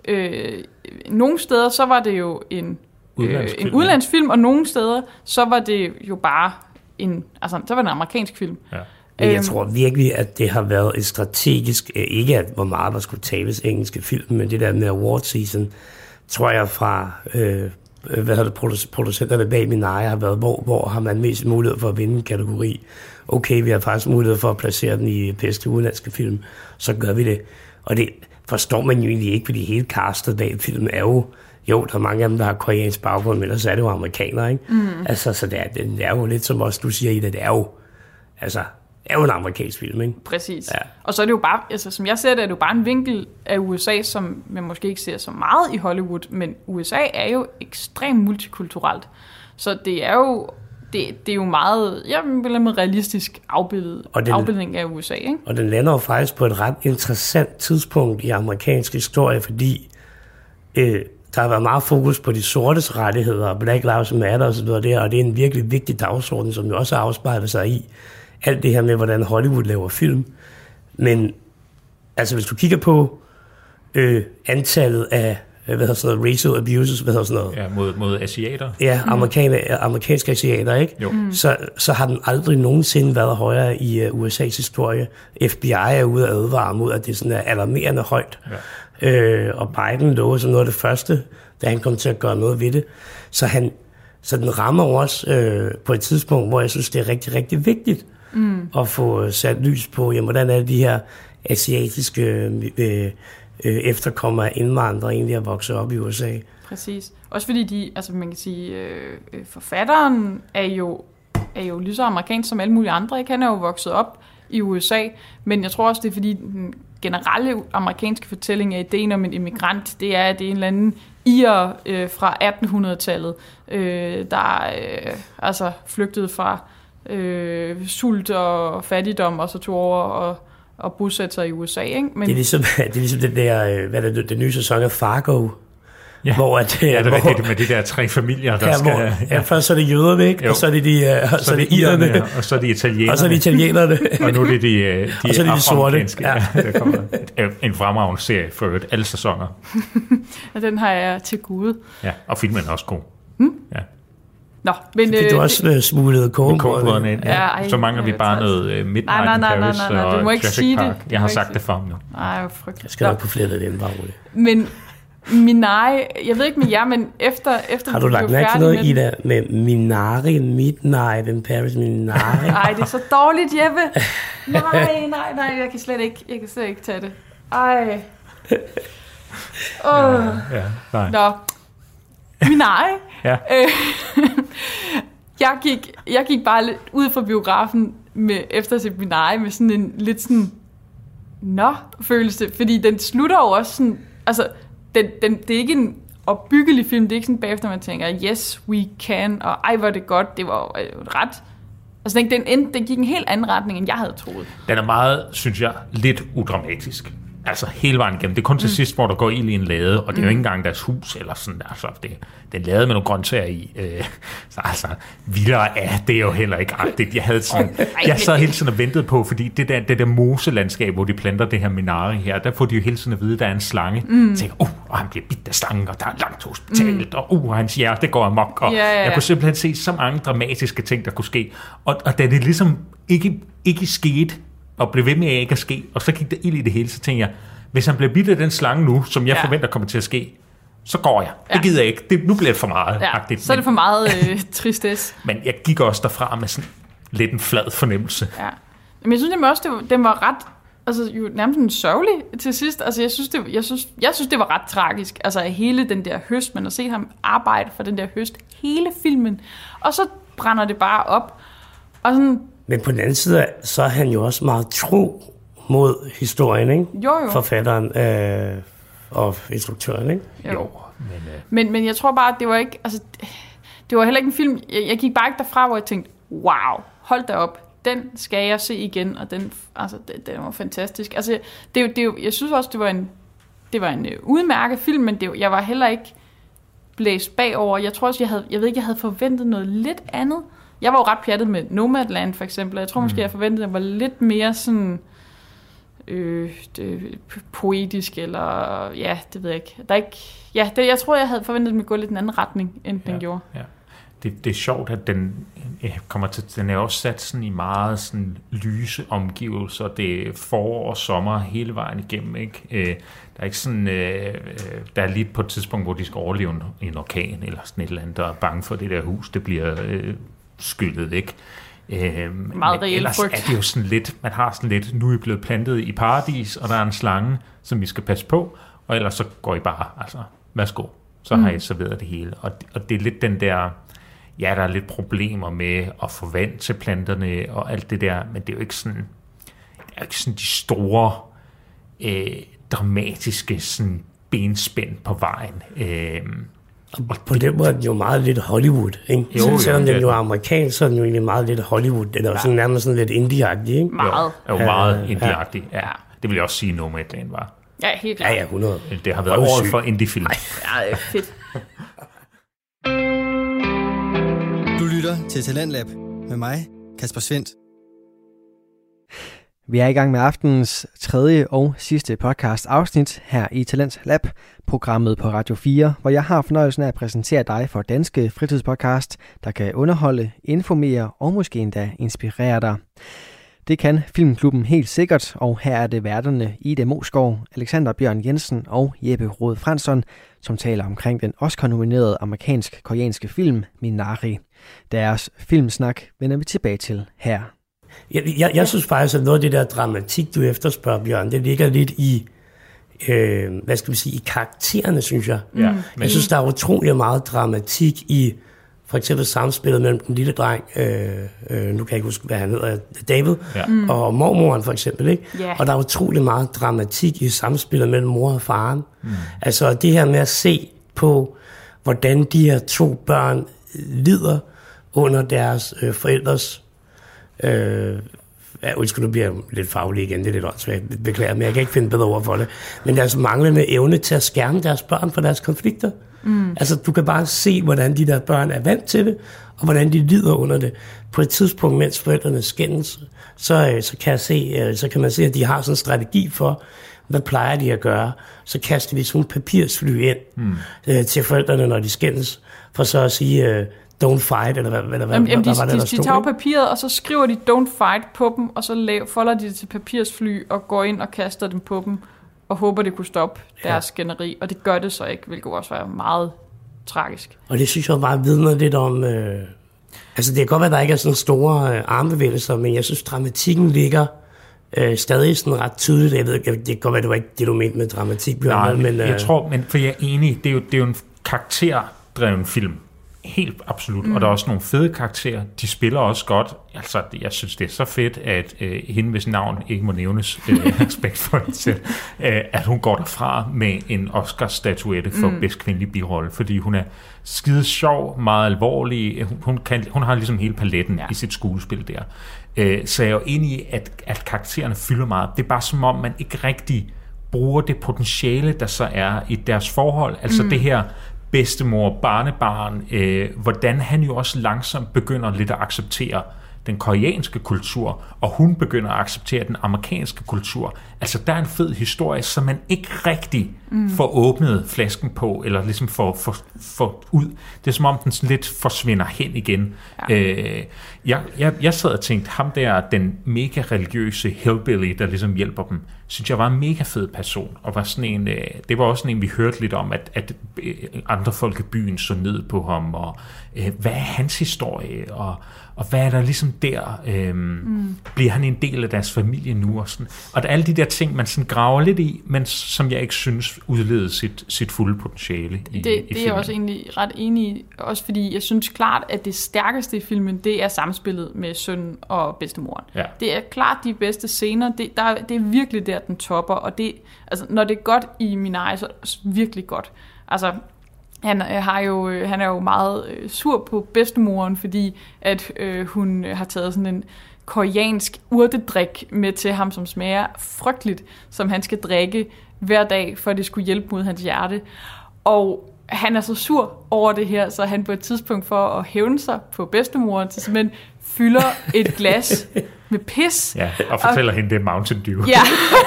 F: nogle steder, så var det jo en udlandsfilm, og nogle steder, så var det jo bare så var det en amerikansk film. Ja.
H: Jeg tror virkelig, at det har været et strategisk, ikke at hvor meget der skulle tales engelske film, men det der med award season, tror jeg fra producenterne bag Minari har været, hvor har man mest mulighed for at vinde en kategori. Okay, vi har faktisk mulighed for at placere den i bedste udenlandske film, så gør vi det. Og det forstår man jo egentlig ikke, fordi hele castet bag filmen er jo, der er mange af dem, der har koreansk baggrund, men ellers er det jo amerikanere, ikke? Altså, så det er jo lidt som også du siger, Ida, det er jo en amerikansk film, ikke?
F: Præcis. Ja. Og så er det jo bare, som jeg ser det, er det jo bare en vinkel af USA, som man måske ikke ser så meget i Hollywood, men USA er jo ekstremt multikulturelt. Så det er jo det er jo meget, med realistisk afbildning af USA, ikke? Og
H: den lander jo faktisk på et ret interessant tidspunkt i amerikansk historie, fordi der har været meget fokus på de sortes rettigheder, og Black Lives Matter og sådan noget der, og det er en virkelig vigtig dagsorden, som jo også afspejler sig i alt det her med, hvordan Hollywood laver film. Men altså, hvis du kigger på antallet af racial abuses,
G: Ja, mod asiater.
H: Ja, amerikanske asiater, ikke? Så har den aldrig nogensinde været højere i USA's historie. FBI er ude at advare mod, at det sådan er alarmerende højt. Ja. Og Biden lovede som noget af det første, da han kom til at gøre noget ved det. Så den rammer også på et tidspunkt, hvor jeg synes, det er rigtig, rigtig vigtigt at få sat lys på, jamen, hvordan er de her asiatiske efterkommere af indvandrere egentlig at vokse op i USA.
F: Præcis. Også fordi man kan sige, forfatteren er jo lige så amerikansk som alle mulige andre. Ikke? Han er jo vokset op i USA, men jeg tror også, det er fordi den generelle amerikanske fortælling af ideen om en immigrant, det er, at det er en eller anden irer fra 1800-tallet, der flygtede fra sult og fattigdom, og så tog over og bosætte sig i USA, ikke? Men
H: det er ligesom den der, den nye sæson af Fargo,
G: ja. Hvor at det er rigtigt med de der 3 familier, der skal...
H: Ja, først så er det jøderne, ikke? Og så er det så er det irerne,
G: og så er det italienerne.
H: Og så er det italienerne.
G: Og nu er det de
H: og så er det de sorte.
G: Ja. Der kommer en fremragende serie for alle sæsoner.
F: Og den har jeg til gode.
G: Ja, og filmen er også god. Ja.
F: Nå, men
H: fik du også smuglet kålbrødrene
G: ind? Ja. Så mangler vi bare noget Midnight in Paris og Jurassic Park. Jeg har sagt det for ham nu.
F: Nej, frygteligt.
H: Jeg skal nok på flere af den bare roligt.
F: Men Minari, jeg ved ikke med jer, men efter
H: har du lagt mærke til noget, Ida, med Minari, Midnight in Paris, Minari?
F: Nej, det er så dårligt, Jeppe. Nej, jeg kan slet ikke tage det. Ej.
G: Nej.
F: Nå. Minari.
G: Ja.
F: Jeg gik bare lidt ud fra biografen efter at se Minari med sådan en lidt sådan følelse, fordi den slutter jo også sådan, altså det er ikke en opbyggelig film, det er ikke sådan bagefter man tænker yes we can, og ej hvor det godt, det var ret, altså den gik en helt anden retning end jeg havde troet.
G: Den er meget, synes jeg, lidt udramatisk. Altså hele vejen igennem. Det er kun til sidst, hvor der går ild i en lade, og det er jo ikke engang deres hus, eller sådan, altså det er lavet med nogle grøntsager i. Så altså, vildere er det jo heller ikke agtigt. Jeg sad hele tiden og ventede på, fordi det der moselandskab, hvor de planter det her Minari her, der får de jo hele tiden at vide, at der er en slange. Jeg tænker, han bliver bidt af slangen, og der er langt til hospitalet, og hans hjerte går amok, og jeg kunne simpelthen se så mange dramatiske ting, der kunne ske. Og da det ligesom ikke skete, og blev ved med at ikke at ske, og så gik der ild i det hele, så tænkte jeg, hvis han bliver bidt af den slange nu, som jeg forventer kommer til at ske, så går jeg. Det gider jeg ikke. Nu bliver det for meget.
F: Ja, så er det for meget tristesse.
G: Men jeg gik også derfra med sådan lidt en flad fornemmelse.
F: Ja. Men jeg synes også, den var ret, altså jo nærmest en sørgelig til sidst. Altså jeg synes det var ret tragisk. Altså hele den der høst, man har set ham arbejde for den der høst, hele filmen. Og så brænder det bare op. Og sådan.
H: Men på den anden side, så er han jo også meget tro mod historien, ikke?
F: Jo.
H: Forfatteren og instruktøren, ikke?
F: Jo. Men jeg tror bare, at det var ikke, altså, det var heller ikke en film, jeg gik bare ikke derfra, hvor jeg tænkte, wow, hold da op, den skal jeg se igen, og den var fantastisk. Altså, jeg synes også, det var en udmærket film, men jeg var heller ikke blæst bagover. Jeg tror også, jeg havde forventet noget lidt andet. Jeg var jo ret pjattet med Nomadland, for eksempel. Jeg tror måske, jeg forventede, at det var lidt mere sådan poetisk, eller ja, det ved jeg ikke. Jeg tror, jeg havde forventet, at den gå lidt en anden retning, end den gjorde. Ja.
G: Det er sjovt, at den er også sat sådan i meget sådan lyse omgivelser. Det er forår og sommer hele vejen igennem, ikke? Der er ikke sådan, der er lige på et tidspunkt, hvor de skal overleve en orkan eller sådan et eller andet, der er bange for det der hus, det bliver skyllet, ikke?
F: Meget reelt frygt.
G: Er det jo sådan lidt, man har sådan lidt, nu er I blevet plantet i paradis, og der er en slange, som vi skal passe på, og ellers så går I bare, altså, værsgo, så har I serveret det hele. Og det er lidt den der, ja, der er lidt problemer med at få vand til planterne og alt det der, men det er jo ikke sådan, de store dramatiske sådan benspænd på vejen.
H: Og på den måde er den jo meget lidt Hollywood, ikke? Jo, selvom den jo er amerikansk, så er den jo egentlig meget lidt Hollywood. Den er jo sådan nærmest sådan lidt indie-agtig, ikke?
F: Meget.
G: Jo, meget indie-agtig, ja. Det vil jeg også sige, Nomadland var.
F: Ja, helt klart.
H: Ja, 100.
G: Det har været året for indie-film.
F: Ja, det er fedt.
A: Du lytter til Talentlab med mig, Kasper Svendt.
B: Vi er i gang med aftenens tredje og sidste podcast afsnit her i Talentlab, programmet på Radio 4, hvor jeg har fornøjelsen af at præsentere dig for danske fritidspodcast, der kan underholde, informere og måske endda inspirere dig. Det kan Filmklubben helt sikkert, og her er det værterne Ida Moskov, Alexander Bjørn Jensen og Jeppe Rode Fransson, som taler omkring den Oscar-nominerede amerikansk-koreanske film Minari. Deres filmsnak vender vi tilbage til her.
H: Jeg synes faktisk, at noget af det der dramatik, du efterspørger, Bjørn, det ligger lidt i, i karaktererne, synes jeg. Ja, jeg synes, der er utrolig meget dramatik i, for eksempel samspillet mellem den lille dreng, nu kan jeg ikke huske, hvad han hedder, David, og mormoren for eksempel, ikke? Yeah. Og der er utrolig meget dramatik i samspillet mellem mor og faren. Altså det her med at se på, hvordan de her to børn lider under deres forældres undskyld, nu bliver jeg lidt faglig igen, det er lidt åndssvagt, beklager, men jeg kan ikke finde bedre ord for det. Men deres manglende evne til at skærme deres børn for deres konflikter. Altså, du kan bare se, hvordan de der børn er vant til det, og hvordan de lider under det. På et tidspunkt, mens forældrene skændes, så kan man se, at de har sådan en strategi for, hvad plejer de at gøre. Så kaster de sådan en papirsfly ind til forældrene, når de skændes, for så at sige don't fight, eller hvad var det, der stod?
F: De tager papiret, og så skriver de don't fight på dem, og så folder de det til papirsfly, og går ind og kaster dem på dem, og håber, det kunne stoppe deres skænderi, og det gør det så ikke, hvilket også var meget tragisk.
H: Og det synes jeg bare vidner lidt om, altså det kan godt være, at der ikke er sådan store armbevægelser, men jeg synes, dramatikken ligger stadig sådan ret tydeligt. Jeg ved ikke, det kan godt være, det var ikke det, du mente med dramatik, Bjørn.
G: Nej, men jeg tror, for jeg er enig, det er jo en karakterdreven film. Helt absolut. Og der er også nogle fede karakterer. De spiller også godt. Altså, jeg synes, det er så fedt, at hende, hvis navn ikke må nævnes, respekt for det selv, at hun går derfra med en Oscar-statuette for bedst kvindelig birolle, fordi hun er skide sjov, meget alvorlig. Hun har ligesom hele paletten i sit skuespil der. Så jeg er jo enig i, at karaktererne fylder meget. Det er bare som om, man ikke rigtig bruger det potentiale, der så er i deres forhold. Altså det her bedstemor, barnebarn, hvordan han jo også langsomt begynder lidt at acceptere den koreanske kultur, og hun begynder at acceptere den amerikanske kultur. Altså, der er en fed historie, som man ikke rigtig får åbnet flasken på, eller ligesom får ud. Det er som om, den sådan lidt forsvinder hen igen. Ja. Jeg sad og tænkte, ham der, den mega religiøse hillbilly, der ligesom hjælper dem, synes jeg var en mega fed person, og var sådan en, det var også en, vi hørte lidt om, at andre folk i byen så ned på ham, og hvad er hans historie, og hvad er der ligesom der? Bliver han en del af deres familie nu? Og sådan. Og der er alle de der ting, man sådan graver lidt i, men som jeg ikke synes udleder sit fulde potentiale i
F: det er jeg også egentlig ret enig i, også fordi jeg synes klart, at det stærkeste i filmen, det er samspillet med sønnen og bedstemoren. Ja. Det er klart de bedste scener. Det er virkelig der, den topper, og det, altså, når det er godt i Minari, så er det virkelig godt. Altså, han er jo meget sur på bedstemoren, fordi at hun har taget sådan en koreansk urtedrik med til ham, som smager frygteligt, som han skal drikke hver dag, for at det skulle hjælpe mod hans hjerte. Og han er så sur over det her, så han på et tidspunkt for at hævne sig på bedstemoren, til simpelthen fylder et glas med pis.
G: Ja, og fortæller hende, det er Mountain Dew.
F: Ja.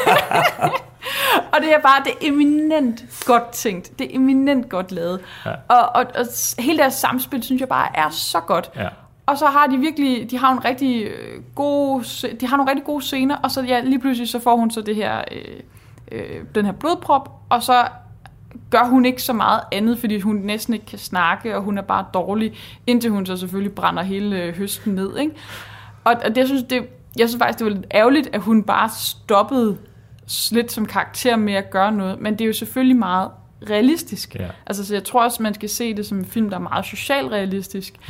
F: Og det er bare, det er eminent godt tænkt. Det er eminent godt lavet. Ja. Og hele deres samspil, synes jeg bare er så godt. Ja. Og så har de virkelig, de har nogle rigtig gode scener, og så lige pludselig så får hun så det her, den her blodprop, og så gør hun ikke så meget andet, fordi hun næsten ikke kan snakke, og hun er bare dårlig, indtil hun så selvfølgelig brænder hele høsten ned, ikke? Og jeg synes faktisk, det var lidt ærgerligt, at hun bare stoppede lidt som karakter med at gøre noget, men det er jo selvfølgelig meget realistisk. Ja. Altså, så jeg tror også, man skal se det som en film, der er meget socialrealistisk. Ja.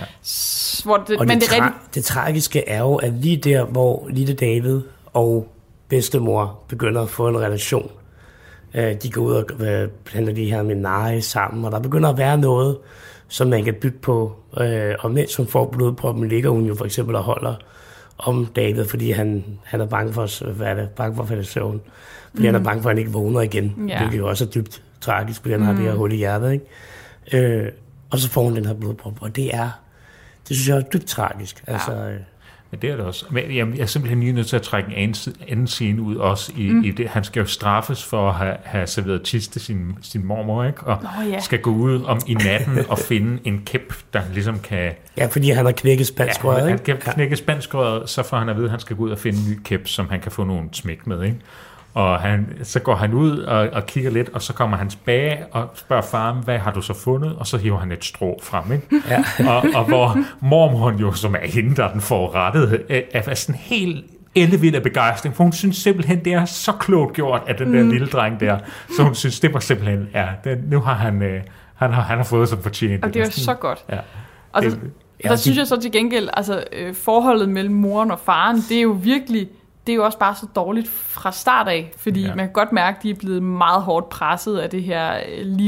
H: Det tragiske er jo, at lige der, hvor lille David og bedstemor begynder at få en relation, de går ud og planter de her Minari sammen, og der begynder at være noget, som man kan bygge på. Og mens hun får blodproppen, ligger hun jo for eksempel og holder om David, fordi han er bange for at falde i søvn. Fordi han er bange for, at han ikke vågner igen. Yeah. Hvilket jo også er dybt tragisk, fordi han har det her hul i hjertet. Ikke? Og så får hun den her blodprop, og det synes jeg er dybt tragisk. Ja. Altså,
G: men det er det også. Men jeg er simpelthen lige nødt til at trække en anden scene ud også i det. Han skal jo straffes for at have serveret tis til sin mormor, ikke? Og skal gå ud i natten og finde en kæp, der ligesom kan...
H: Ja, fordi han har knækket spanskrøret, ikke?
G: Han kan knække spanskrøret, så får han at vide, at han skal gå ud og finde en ny kæp, som han kan få nogle smæk med, ikke? Og så går han ud og kigger lidt, og så kommer han tilbage og spørger faren, hvad har du så fundet? Og så hiver han et strå frem, ikke? Ja. og hvor mormoren jo, som er hende, der den får rettet, er sådan helt ellevild af begejstring, for hun synes simpelthen, det er så klogt gjort af den der lille dreng der. Så hun synes, det var simpelthen, nu har han har fået som fortjent.
F: Og det er så godt. Ja. Og der synes jeg så til gengæld, altså forholdet mellem moren og faren, det er jo virkelig... Det er jo også bare så dårligt fra start af, fordi man kan godt mærke, at de er blevet meget hårdt presset af det her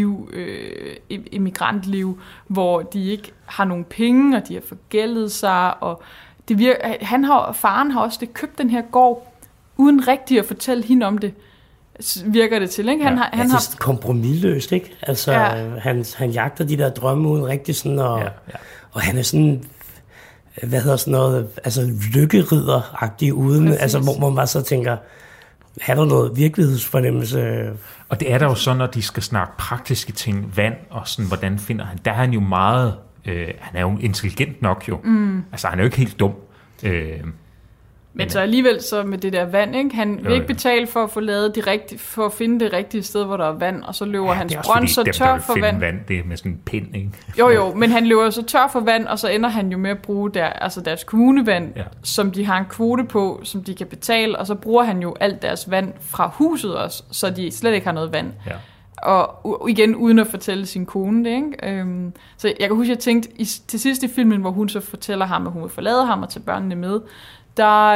F: immigrantliv, hvor de ikke har nogen penge, og de har forgældet sig, og faren har også købt den her gård, uden rigtig at fortælle hende om det, virker det til, ikke?
H: Han har kompromisløst, ikke? Altså, han jagter de der drømme uden rigtig sådan, og han er sådan... hvad hedder sådan noget, altså lykkeridder-agtig uden, præcis. Altså hvor man bare så tænker, har der noget virkelighedsfornemmelse?
G: Og det er der jo så, når de skal snakke praktiske ting, vand og sådan, hvordan finder han, der er han jo meget, han er jo intelligent nok jo, altså han er jo ikke helt dum.
F: Men så alligevel så med det der vand, ikke? Han vil ikke betale for at få lavet for at finde det rigtige sted, hvor der er vand, og så løber hans brønd så tør for vand.
G: Det er med sådan en pind, ikke?
F: Jo, men han løber så tør for vand, og så ender han jo med at bruge deres kommunevand, som de har en kvote på, som de kan betale, og så bruger han jo alt deres vand fra huset også, så de slet ikke har noget vand. Ja. Og igen, uden at fortælle sin kone det, ikke? Så jeg kan huske, jeg tænkte til sidst i filmen, hvor hun så fortæller ham, at hun vil forlade ham og tage børnene med, der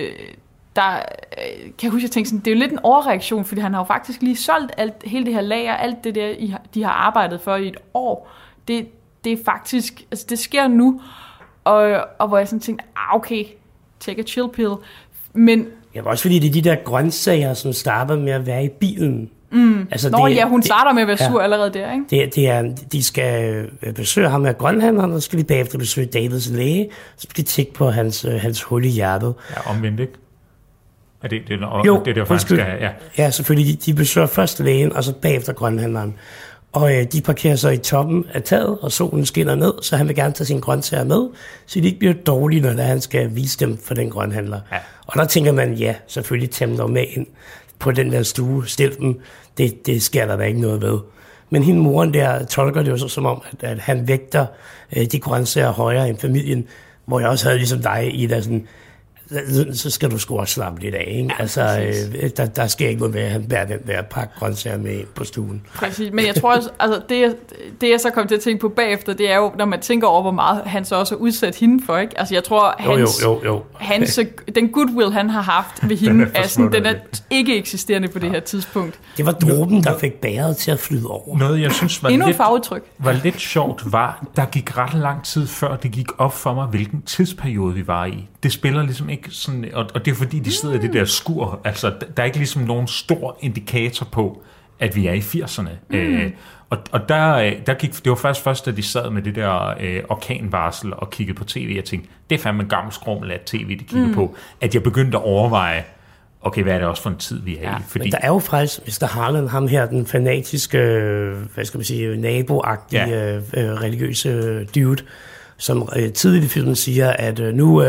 F: kan jeg huske, jeg tænkte sådan, det er jo lidt en overreaktion, fordi han har jo faktisk lige solgt hele det her lager, alt det der, de har arbejdet for i et år. Det er faktisk, altså det sker nu, og hvor jeg sådan tænkte, okay, take a chill pill. Men
H: Ja, også fordi det er de der grøntsager, som starter med at være i bilen.
F: Altså, hun starter med at være sur allerede der, ikke?
H: De skal besøge ham af grønhandleren, og så skal de bagefter besøge Davids læge, så skal de tjekke på hans hul i hjertet.
G: Ja, omvendt, ikke? Er det der faktisk skal have, ja.
H: Ja, selvfølgelig. De besøger først lægen, og så bagefter grønhandleren. Og de parkerer så i toppen af taget, og solen skinner ned, så han vil gerne tage sine grøntsager med, så de ikke bliver dårlige, når han skal vise dem for den grønhandler. Ja. Og der tænker man, ja, selvfølgelig tage dem med ind på den der stue, stil dem, det sker der ikke noget ved. Men hende moren der tolker det jo så som om, at han vægter de grøntsager højere end familien, hvor jeg også havde ligesom dig i der sådan, så skal du sgu også slappe lidt af, ikke? Ja, altså, der sker ikke noget med, at han bærer den der pakke grøntsager med ind på stuen.
F: Præcis, men jeg tror også, altså det jeg så kom til at tænke på bagefter, det er jo, når man tænker over, hvor meget han så også har udsat hende for, ikke? Altså jeg tror, hans den goodwill, han har haft ved hende, den er ikke eksisterende på det her tidspunkt.
H: Det var dråben, der fik bæret til at flyde over.
G: Noget, jeg synes var lidt sjovt, var, der gik ret lang tid før det gik op for mig, hvilken tidsperiode vi var i. Det spiller ligesom ikke sådan, og det er fordi, de sidder i det der skur. Altså, der er ikke ligesom nogen stor indikator på, at vi er i 80'erne. Og der gik, det var først, da de sad med det der orkanvarsel og kiggede på tv, jeg tænkte, det er fandme en gammel skrummel af tv, de kigger på, at jeg begyndte at overveje, okay, hvad er det også for en tid, vi er i?
H: Fordi men der er jo faktisk, Mr. Harlan, ham her, den fanatiske, hvad skal man sige, naboagtige, religiøse dude, som tidligt i filmen siger, at nu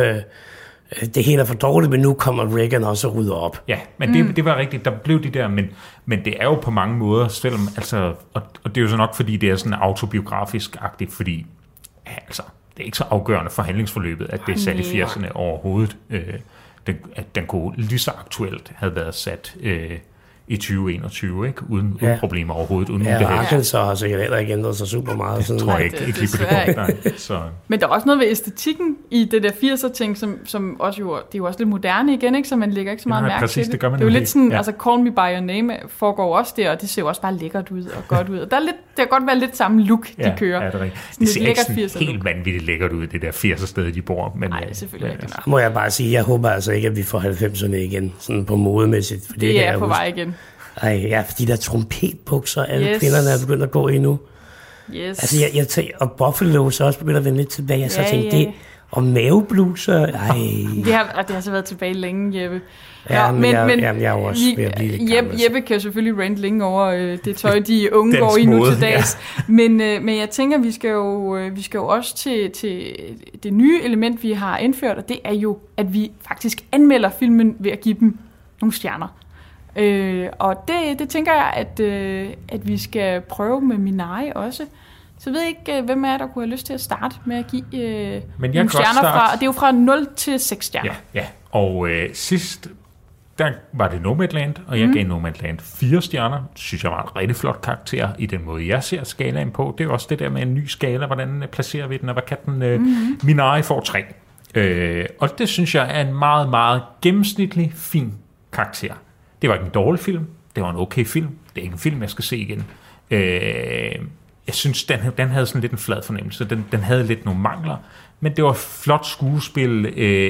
H: det hele er for dårligt, men nu kommer Reagan også og rydder op.
G: Ja, men det var rigtigt, der blev de der, men det er jo på mange måder, selvom, altså, og det er jo så nok, fordi det er sådan autobiografisk-agtigt, fordi altså, det er ikke så afgørende for handlingsforløbet, at det er sat i 80'erne overhovedet. At den kunne lige så aktuelt have været sat i 2021, ikke? Uden problemer overhovedet. Uden
H: Arkansas har sikkert heller ikke ændret sig super meget.
G: Det tror jeg ikke lige på det punkt. Så.
F: Men der er også noget ved æstetikken i det der 80'er-ting, som også jo, det er jo også lidt moderne igen, ikke? Så man lægger ikke så meget mærke til det. Det er jo lidt sådan, altså Call Me By Your Name foregår også der, og det ser jo også bare lækkert ud og godt ud. Og der kan godt være lidt samme look, de kører.
G: Ja, det er rigtigt. Det ser ikke sådan helt vanvittigt lækkert ud, det der 80'er-sted, de bor. Men,
F: nej, selvfølgelig ikke.
H: Må jeg bare sige, jeg håber altså ikke, at vi får 90'erne igen, sådan på modemæssigt. For
F: det er på vej igen.
H: Ej, ja, fordi der trompetbukser, alle kvinderne er begyndt at gå i nu.
F: Yes.
H: Altså, jeg tænker, og Buffalo så også begyndt at vende lidt tilbage. Jeg så tænkte, det, og mavebluser,
F: det har så været tilbage længe, Jeppe.
H: Ja, men jeg er også ved at blive lidt gammel.
F: Jeppe kan jo selvfølgelig rant længe over det tøj, de unge går i nu til dags. Ja. Men jeg tænker, vi skal jo også til det nye element, vi har indført, og det er jo, at vi faktisk anmelder filmen ved at give dem nogle stjerner. Og det tænker jeg, at vi skal prøve med Minari også. Så jeg ved ikke, hvem er der kunne have lyst til at starte med at give nogle stjerner fra. Det er jo fra 0 til 6 stjerner.
G: Ja. Og sidst, der var det Nomadland, og jeg gav Nomadland 4 stjerner. Det synes jeg var en rigtig flot karakter i den måde, jeg ser skalaen på. Det er også det der med en ny skala, hvordan placerer vi den, og hvad kan den? Minari får 3. Og det synes jeg er en meget, meget gennemsnitlig, fin karakter. Det var ikke en dårlig film. Det var en okay film. Det er ikke en film, jeg skal se igen. Jeg synes, den havde sådan lidt en flad fornemmelse. Den havde lidt nogle mangler. Men det var flot skuespil.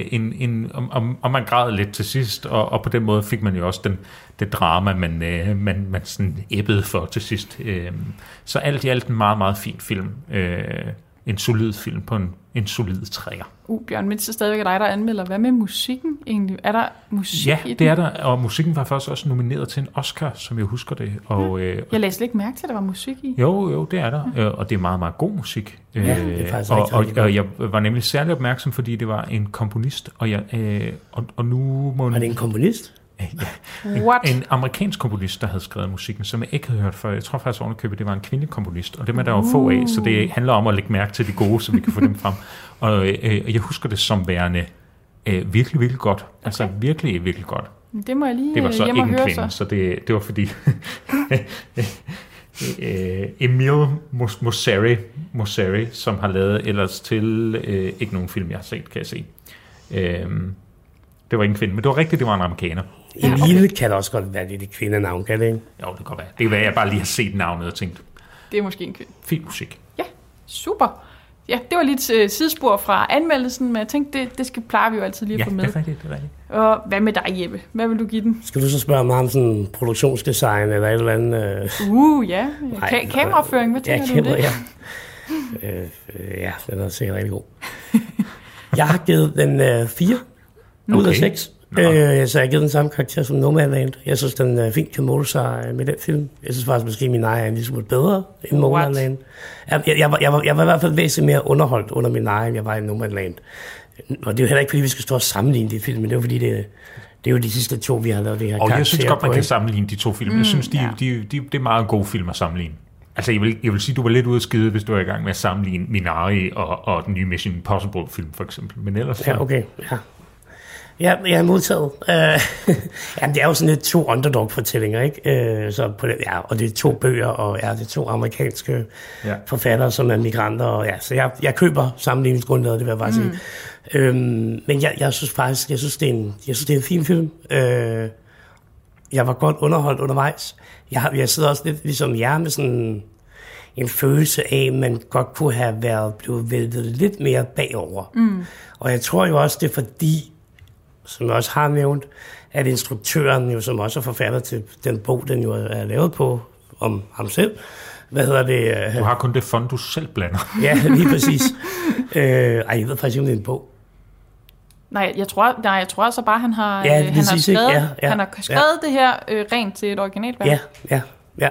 G: Og man græd lidt til sidst. Og på den måde fik man jo også det drama, man sådan æbbede for til sidst. Så alt i alt en meget, meget fin film. En solid film på en solid træer.
F: Bjørn, mindst det stadigvæk er dig, der anmelder. Hvad med musikken egentlig? Er der musik i den?
G: Ja, det er der, og musikken var først også nomineret til en Oscar, som jeg husker det. Og,
F: jeg lagde slet ikke mærke til, at der var musik i.
G: Jo, det er der, og det er meget, meget god musik.
H: Ja, det er faktisk
G: og jeg var nemlig særlig opmærksom, fordi det var en komponist, og nu må...
H: Var det en komponist?
G: En amerikansk komponist, der havde skrevet musikken, som jeg ikke havde hørt før. Jeg tror faktisk ovenikøbet, det var en kvindelig komponist, og det er der jo få af, så det handler om at lægge mærke til de gode, så vi kan få dem frem. Og jeg husker det som værende virkelig, virkelig godt. Okay. Altså virkelig, virkelig godt.
F: Det må jeg lige
G: det var så
F: ikke
G: en kvinde, så det var fordi Emile Mosseri, som har lavet ellers til ikke nogen film, jeg har set, kan jeg se. Det var ikke en kvinde, men det var rigtigt, det var en amerikaner.
H: Emile kan også godt være lidt et kvindenavn, kan det ikke?
G: Jo, det kan godt være. Det kan være, jeg bare lige har set navnet og tænkt.
F: Det er måske en kvinde.
G: Fin musik.
F: Ja, super. ja, det var lidt sidespor fra anmeldelsen, men jeg tænkte, det plejer vi jo altid lige at få med.
G: Ja, det er rigtigt.
F: Og hvad med dig, Jeppe? Hvad vil du give den?
H: Skal du så spørge mig om sådan produktionsdesign eller et eller andet?
F: Ja. Kameraføring, hvad tænker du om det?
H: Ja, den er sikkert rigtig god. Jeg har givet den 4 ud af 6. Så jeg har givet den samme karakter som Nomadland. Jeg synes, den fint kan måle sig med den film. Jeg synes faktisk, måske min egen er lige smule bedre end Nomadland. Jeg var i hvert fald væsentligt mere underholdt under min egen, end jeg var i Nomadland. Og det er jo heller ikke, fordi vi skal stå og sammenligne de film, men det er jo fordi, det er jo de sidste 2, vi har lavet det her karakter.
G: Og jeg synes godt, man kan sammenligne de 2 film. Jeg synes, det er meget gode film at sammenligne. Altså, jeg vil sige, du var lidt ude at skide, hvis du var i gang med at sammenligne Minari og den nye Mission Impossible-film, for eksempel. Men ellers...
H: Ja, okay. Ja, jeg er modtaget. Jamen, det er jo sådan lidt 2 underdog-fortællinger, ikke? Så på det, og det er 2 bøger, og det er 2 amerikanske forfattere, som er migranter. Og, så jeg køber sammenligningsgrundlaget, det vil jeg bare sige. Men jeg synes faktisk, det er en fin film. Jeg var godt underholdt undervejs. Jeg sidder også lidt ligesom jer med sådan en følelse af, at man godt kunne have blevet væltet lidt mere bagover. Og jeg tror jo også, det er fordi, som jeg også har nævnt, at instruktøren, jo, som også er forfatter til den bog, den jo er lavet på, om ham selv. Hvad hedder det?
G: Du har kun det fond, du selv blander.
H: Ja, lige præcis. Jeg ved faktisk ikke, om det er en bog.
F: Nej, jeg tror så bare, han har, han har skrevet det her rent til et originalværk.
H: Ja.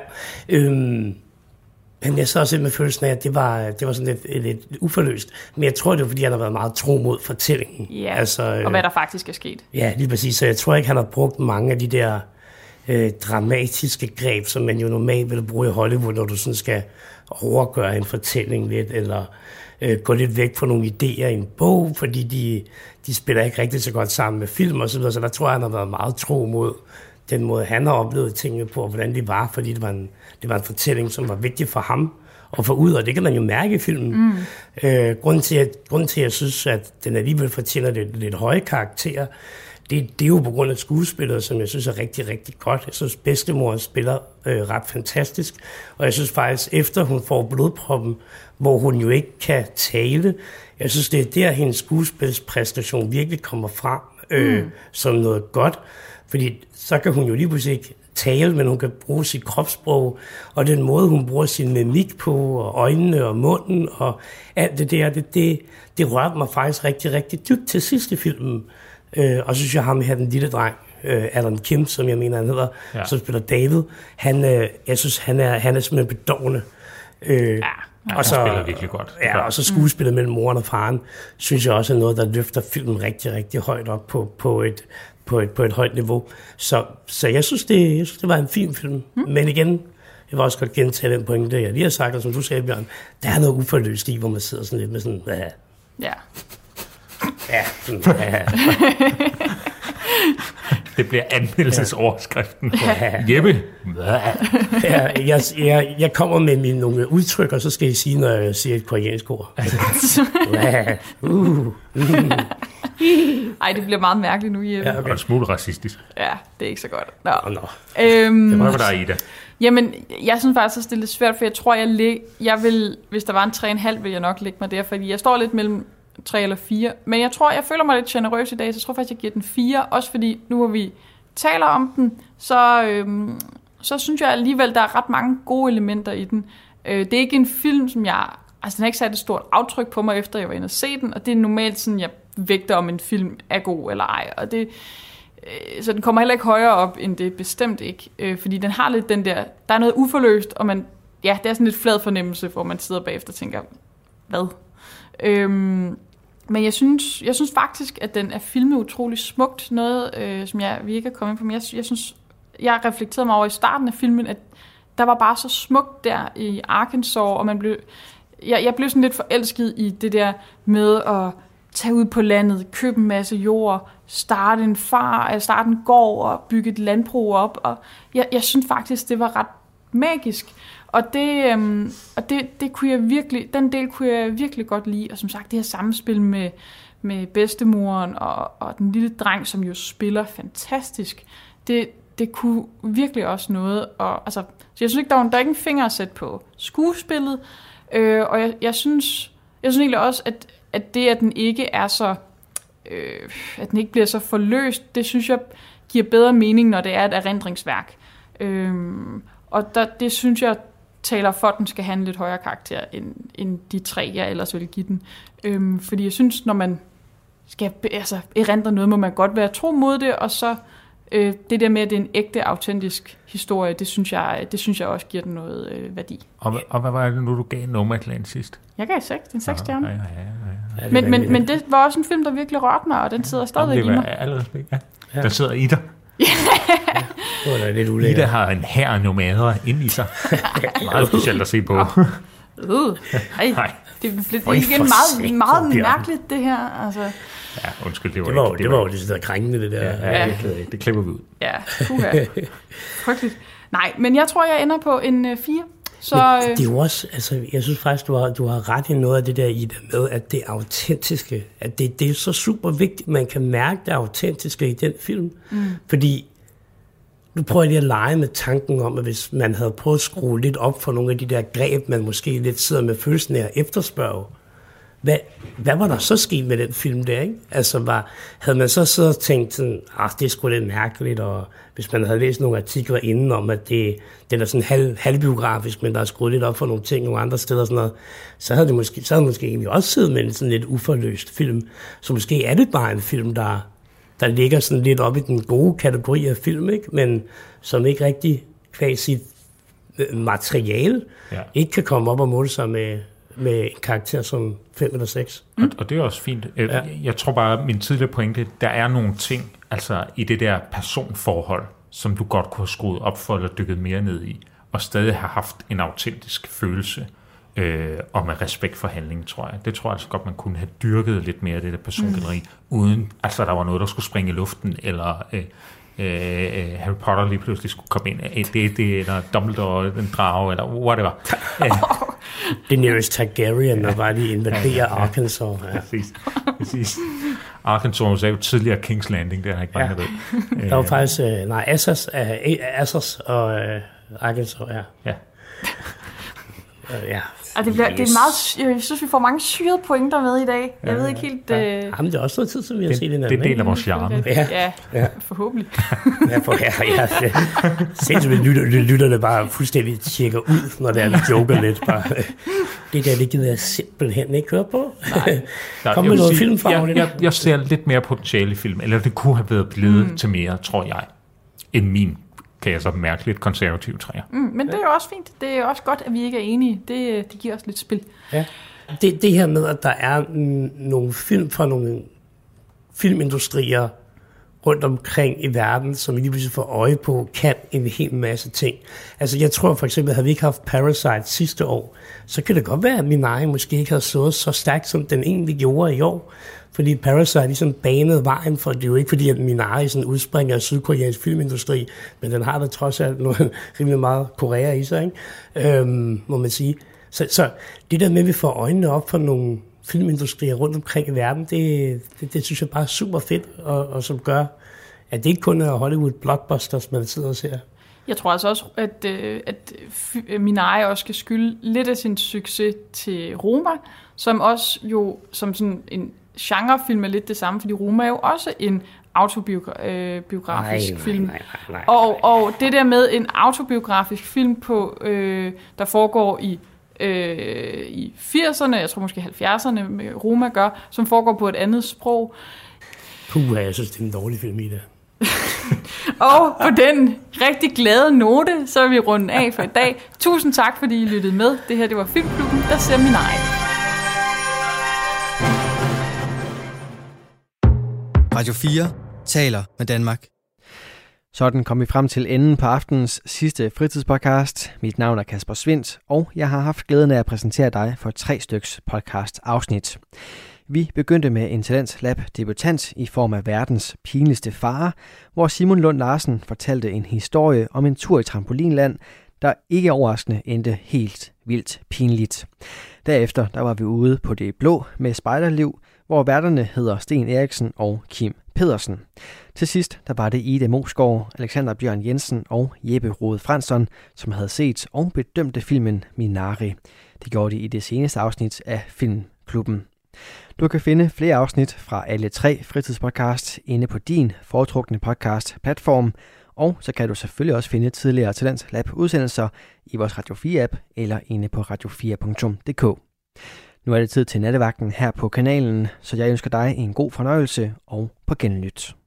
H: Men jeg så også med følelsen af, at det var sådan lidt uforløst. Men jeg tror, det var, fordi han har været meget tro mod fortællingen.
F: Ja, og hvad der faktisk er sket.
H: Ja, lige præcis. Så jeg tror ikke, han har brugt mange af de der dramatiske greb, som man jo normalt vil bruge i Hollywood, når du sådan skal overgøre en fortælling lidt, eller gå lidt væk fra nogle idéer i en bog, fordi de spiller ikke rigtig så godt sammen med film og så videre. Så der tror jeg, han har været meget tro mod den måde, han har oplevet tingene på, og hvordan det var, fordi det var en fortælling, som var vigtig for ham at få ud, og det kan man jo mærke i filmen. Grunden til, at jeg synes, at den alligevel fortjener lidt høje karakterer, det er jo på grund af skuespillet, som jeg synes er rigtig, rigtig godt. Jeg synes, bedstemor spiller ret fantastisk, og jeg synes faktisk, efter hun får blodproppen, hvor hun jo ikke kan tale, jeg synes, det er der, hendes skuespilspræstation virkelig kommer frem som noget godt, fordi så kan hun jo lige pludselig ikke tale, men hun kan bruge sit kropssprog, og den måde, hun bruger sin mimik på, og øjnene og munden, og alt det der, det rørte mig faktisk rigtig, rigtig dybt til sidst i filmen. Og så synes jeg, ham her, den lille dreng, Alan Kim, som jeg mener, han hedder, som spiller David, jeg synes, han er simpelthen bedårende.
G: Og så spiller virkelig godt.
H: Ja, og så skuespillet mellem moren og faren, synes jeg også er noget, der løfter filmen rigtig, rigtig højt op på et højt niveau. Så jeg synes, det var en fin film. Men igen, jeg vil også godt gentage den pointe, jeg lige har sagt, og som du sagde, Bjørn, der er noget uforløst i, hvor man sidder sådan lidt med sådan,
F: Ja.
H: Ja, sådan,
G: Det bliver anmeldelsesoverskriften for Jeppe.
H: Jeg kommer med nogle udtryk, og så skal I sige, når jeg siger et koreansk ord.
F: Ej, det bliver meget mærkeligt nu, Jeppe.
G: Ja, okay. Og en smule racistisk.
F: Ja, det er ikke så godt.
G: Nå. Det var der, Ida.
F: Jamen, jeg synes faktisk, at det er lidt svært, for jeg tror, jeg vil, hvis der var en 3,5, vil jeg nok lægge mig der, fordi jeg står lidt mellem 3 eller 4. Men jeg føler mig lidt generøs i dag, så jeg tror faktisk, jeg giver den 4. Også fordi, nu hvor vi taler om den, så synes jeg alligevel, der er ret mange gode elementer i den. Det er ikke en film, som den har ikke sat et stort aftryk på mig, efter jeg var inde og se den, og det er normalt sådan, jeg vægter, om en film er god eller ej. Og så den kommer heller ikke højere op, end det bestemt ikke. Fordi den har lidt den der er noget uforløst, og det er sådan lidt flad fornemmelse, hvor man sidder bagefter og tænker, hvad? Men jeg synes faktisk, at den er filmet utrolig smukt. Noget, som vi ikke er kommet ind på. Men jeg synes, jeg reflekterede mig over i starten af filmen, at der var bare så smukt der i Arkansas, og jeg blev sådan lidt forelsket i det der med at tage ud på landet, købe en masse jord, starte en gård og bygge et landbrug op. Og jeg synes faktisk, det var ret magisk. Og det kunne jeg virkelig, den del kunne jeg virkelig godt lide. Og som sagt, det her samspil med bedstemoren og den lille dreng, som jo spiller fantastisk, det kunne virkelig også noget. Og, så jeg synes ikke, der er ikke en finger at sætte på skuespillet. Og jeg synes, Jeg synes egentlig også, at det, at den ikke er så... at den ikke bliver så forløst, det synes jeg giver bedre mening, når det er et erindringsværk. Og det synes jeg taler for, at den skal have en lidt højere karakter end de 3, jeg ellers ville give den. Fordi jeg synes, når man skal erindre noget, må man godt være tro mod det, og så det der med, at det er en ægte, autentisk historie, det synes jeg også giver den noget værdi.
G: Og hvad var det nu, du gav Nomadland sidst?
F: Jeg gav 6, den 6 stjerner.
G: Ja.
F: Men det var også en film, der virkelig rørte mig, og den sidder stadigvæk i mig.
G: Det var alle respekt, ja. Der sidder i dig.
H: Det er lidt ulækkert.
G: Ida har en hær af nomader ind i sig. Meget specielt at se på.
F: Nej. Det er igen meget mærkeligt, det her. Altså.
G: Ja, undskyld, det
H: var jo det der krænkende, det der.
G: Ja. Det klipper vi ud.
F: Ja, frygteligt. Nej, men jeg tror, jeg ender på en 4. Så,
H: det er jo også, altså, jeg synes faktisk, du har ret i noget af det der, Ida, med, at det autentiske, at det er så super vigtigt, man kan mærke det autentiske i den film. Fordi, nu prøver jeg lige at lege med tanken om, at hvis man havde prøvet at skrue lidt op for nogle af de der greb, man måske lidt sidder med følelsen af at efterspørge, hvad var der så sket med den film der, ikke? Altså, havde man så siddet og tænkt sådan, det er sgu lidt mærkeligt, og hvis man havde læst nogle artikler inden om, at den er sådan halvbiografisk, men der er skruet lidt op for nogle ting, nogle andre steder og sådan noget, så havde det måske egentlig også siddet med en sådan lidt uforløst film. Så måske er det bare en film, der ligger sådan lidt op i den gode kategori af film, ikke? Men som ikke rigtig kvad sit materiale, ikke kan komme op og måle sig med en karakter som 5 eller 6.
G: Og det er også fint. Jeg tror bare, min tidligere pointe, der er nogle ting altså i det der personforhold, som du godt kunne have skruet op for eller dykket mere ned i, og stadig have haft en autentisk følelse og med respekt for handlingen, tror jeg. Det tror jeg altså godt, man kunne have dyrket lidt mere af det der persongalleri, uden altså der var noget, der skulle springe i luften, eller Harry Potter lige pludselig skulle komme ind. Det eller Dumbledore, en drage, eller whatever.
H: Daenerys Targaryen, der bare lige invaderer Arkansas. Ja.
G: Præcis. Arkansas er jo tidligere King's Landing, det har jeg ikke mange ved.
H: Der var faktisk, Assos og Arkansas, ja.
F: Og det er meget, jeg synes, vi får mange syrede pointer med i dag. Jeg ved ikke helt...
H: Jamen, det er også noget tid, som vi har set den anden.
G: Det deler vores charme.
F: Ja, forhåbentlig.
H: Sindssygt, lytterne bare fuldstændig tjekker ud, når det er, vi joker lidt. Bare. Det gider jeg simpelthen ikke høre på.
G: Nej,
H: kom med noget filmfagligt.
G: Jeg ser lidt mere potentiale i film, eller det kunne have været blevet til mere, tror jeg, end min, kan jeg så mærke, lidt konservativ træer.
F: Men det er jo også fint. Det er også godt, at vi ikke er enige. Det giver os lidt spil.
H: Ja. Det her med, at der er nogle film fra nogle filmindustrier rundt omkring i verden, som vi lige pludselig får øje på, kan en hel masse ting. Altså jeg tror for eksempel, havde vi ikke haft Parasite sidste år, så kan det godt være, at Minari måske ikke havde stået så stærkt, som den egentlig gjorde i år. Fordi Parasite ligesom banede vejen for, det er jo ikke fordi, at Minari sådan udspringer af sydkoreansk filmindustri, men den har da trods alt noget rimelig meget Korea i sig, ikke? Må man sige. Så det der med, at vi får øjnene op for nogle filmindustrier rundt omkring i verden, det synes jeg bare er super fedt, og som gør, at det ikke kun er Hollywood blockbusters, man sidder og ser.
F: Jeg tror altså også, at Minari også skal skylde lidt af sin succes til Roma, som også jo som sådan en genrefilm er lidt det samme, fordi Roma er jo også en autobiografisk film.
H: Nej.
F: Og det der med en autobiografisk film på der foregår i 80'erne, jeg tror måske 70'erne, med Roma gør, som foregår på et andet sprog.
H: Jeg synes, det er en dårlig film i det.
F: Og på den rigtig glade note, så er vi rundet af for i dag. Tusind tak, fordi I lyttede med. Det her, det var Filmklubben, der ser Minari.
A: Radio 4 taler med Danmark.
B: Sådan kom vi frem til enden på aftenens sidste fritidspodcast. Mit navn er Kasper Svindt, og jeg har haft glæden af at præsentere dig for 3 styks podcast-afsnit. Vi begyndte med en Talent Lab debutant i form af verdens pinligste far, hvor Simon Lund Larsen fortalte en historie om en tur i trampolinland, der ikke overraskende endte helt vildt pinligt. Derefter der var vi ude på det blå med Spejderliv, hvor værterne hedder Sten Eriksen og Kim Pedersen. Til sidst der var det Ida Mosgaard, Alexander Bjørn Jensen og Jeppe Rode Fransson, som havde set og bedømte filmen Minari. Det gjorde de i det seneste afsnit af Filmklubben. Klubben. Du kan finde flere afsnit fra alle 3 fritidspodcasts inde på din foretrukne podcast-platform, og så kan du selvfølgelig også finde tidligere Talents Lab-udsendelser i vores Radio 4-app eller inde på radio4.dk. Nu er det tid til nattevagten her på kanalen, så jeg ønsker dig en god fornøjelse og på genlyt.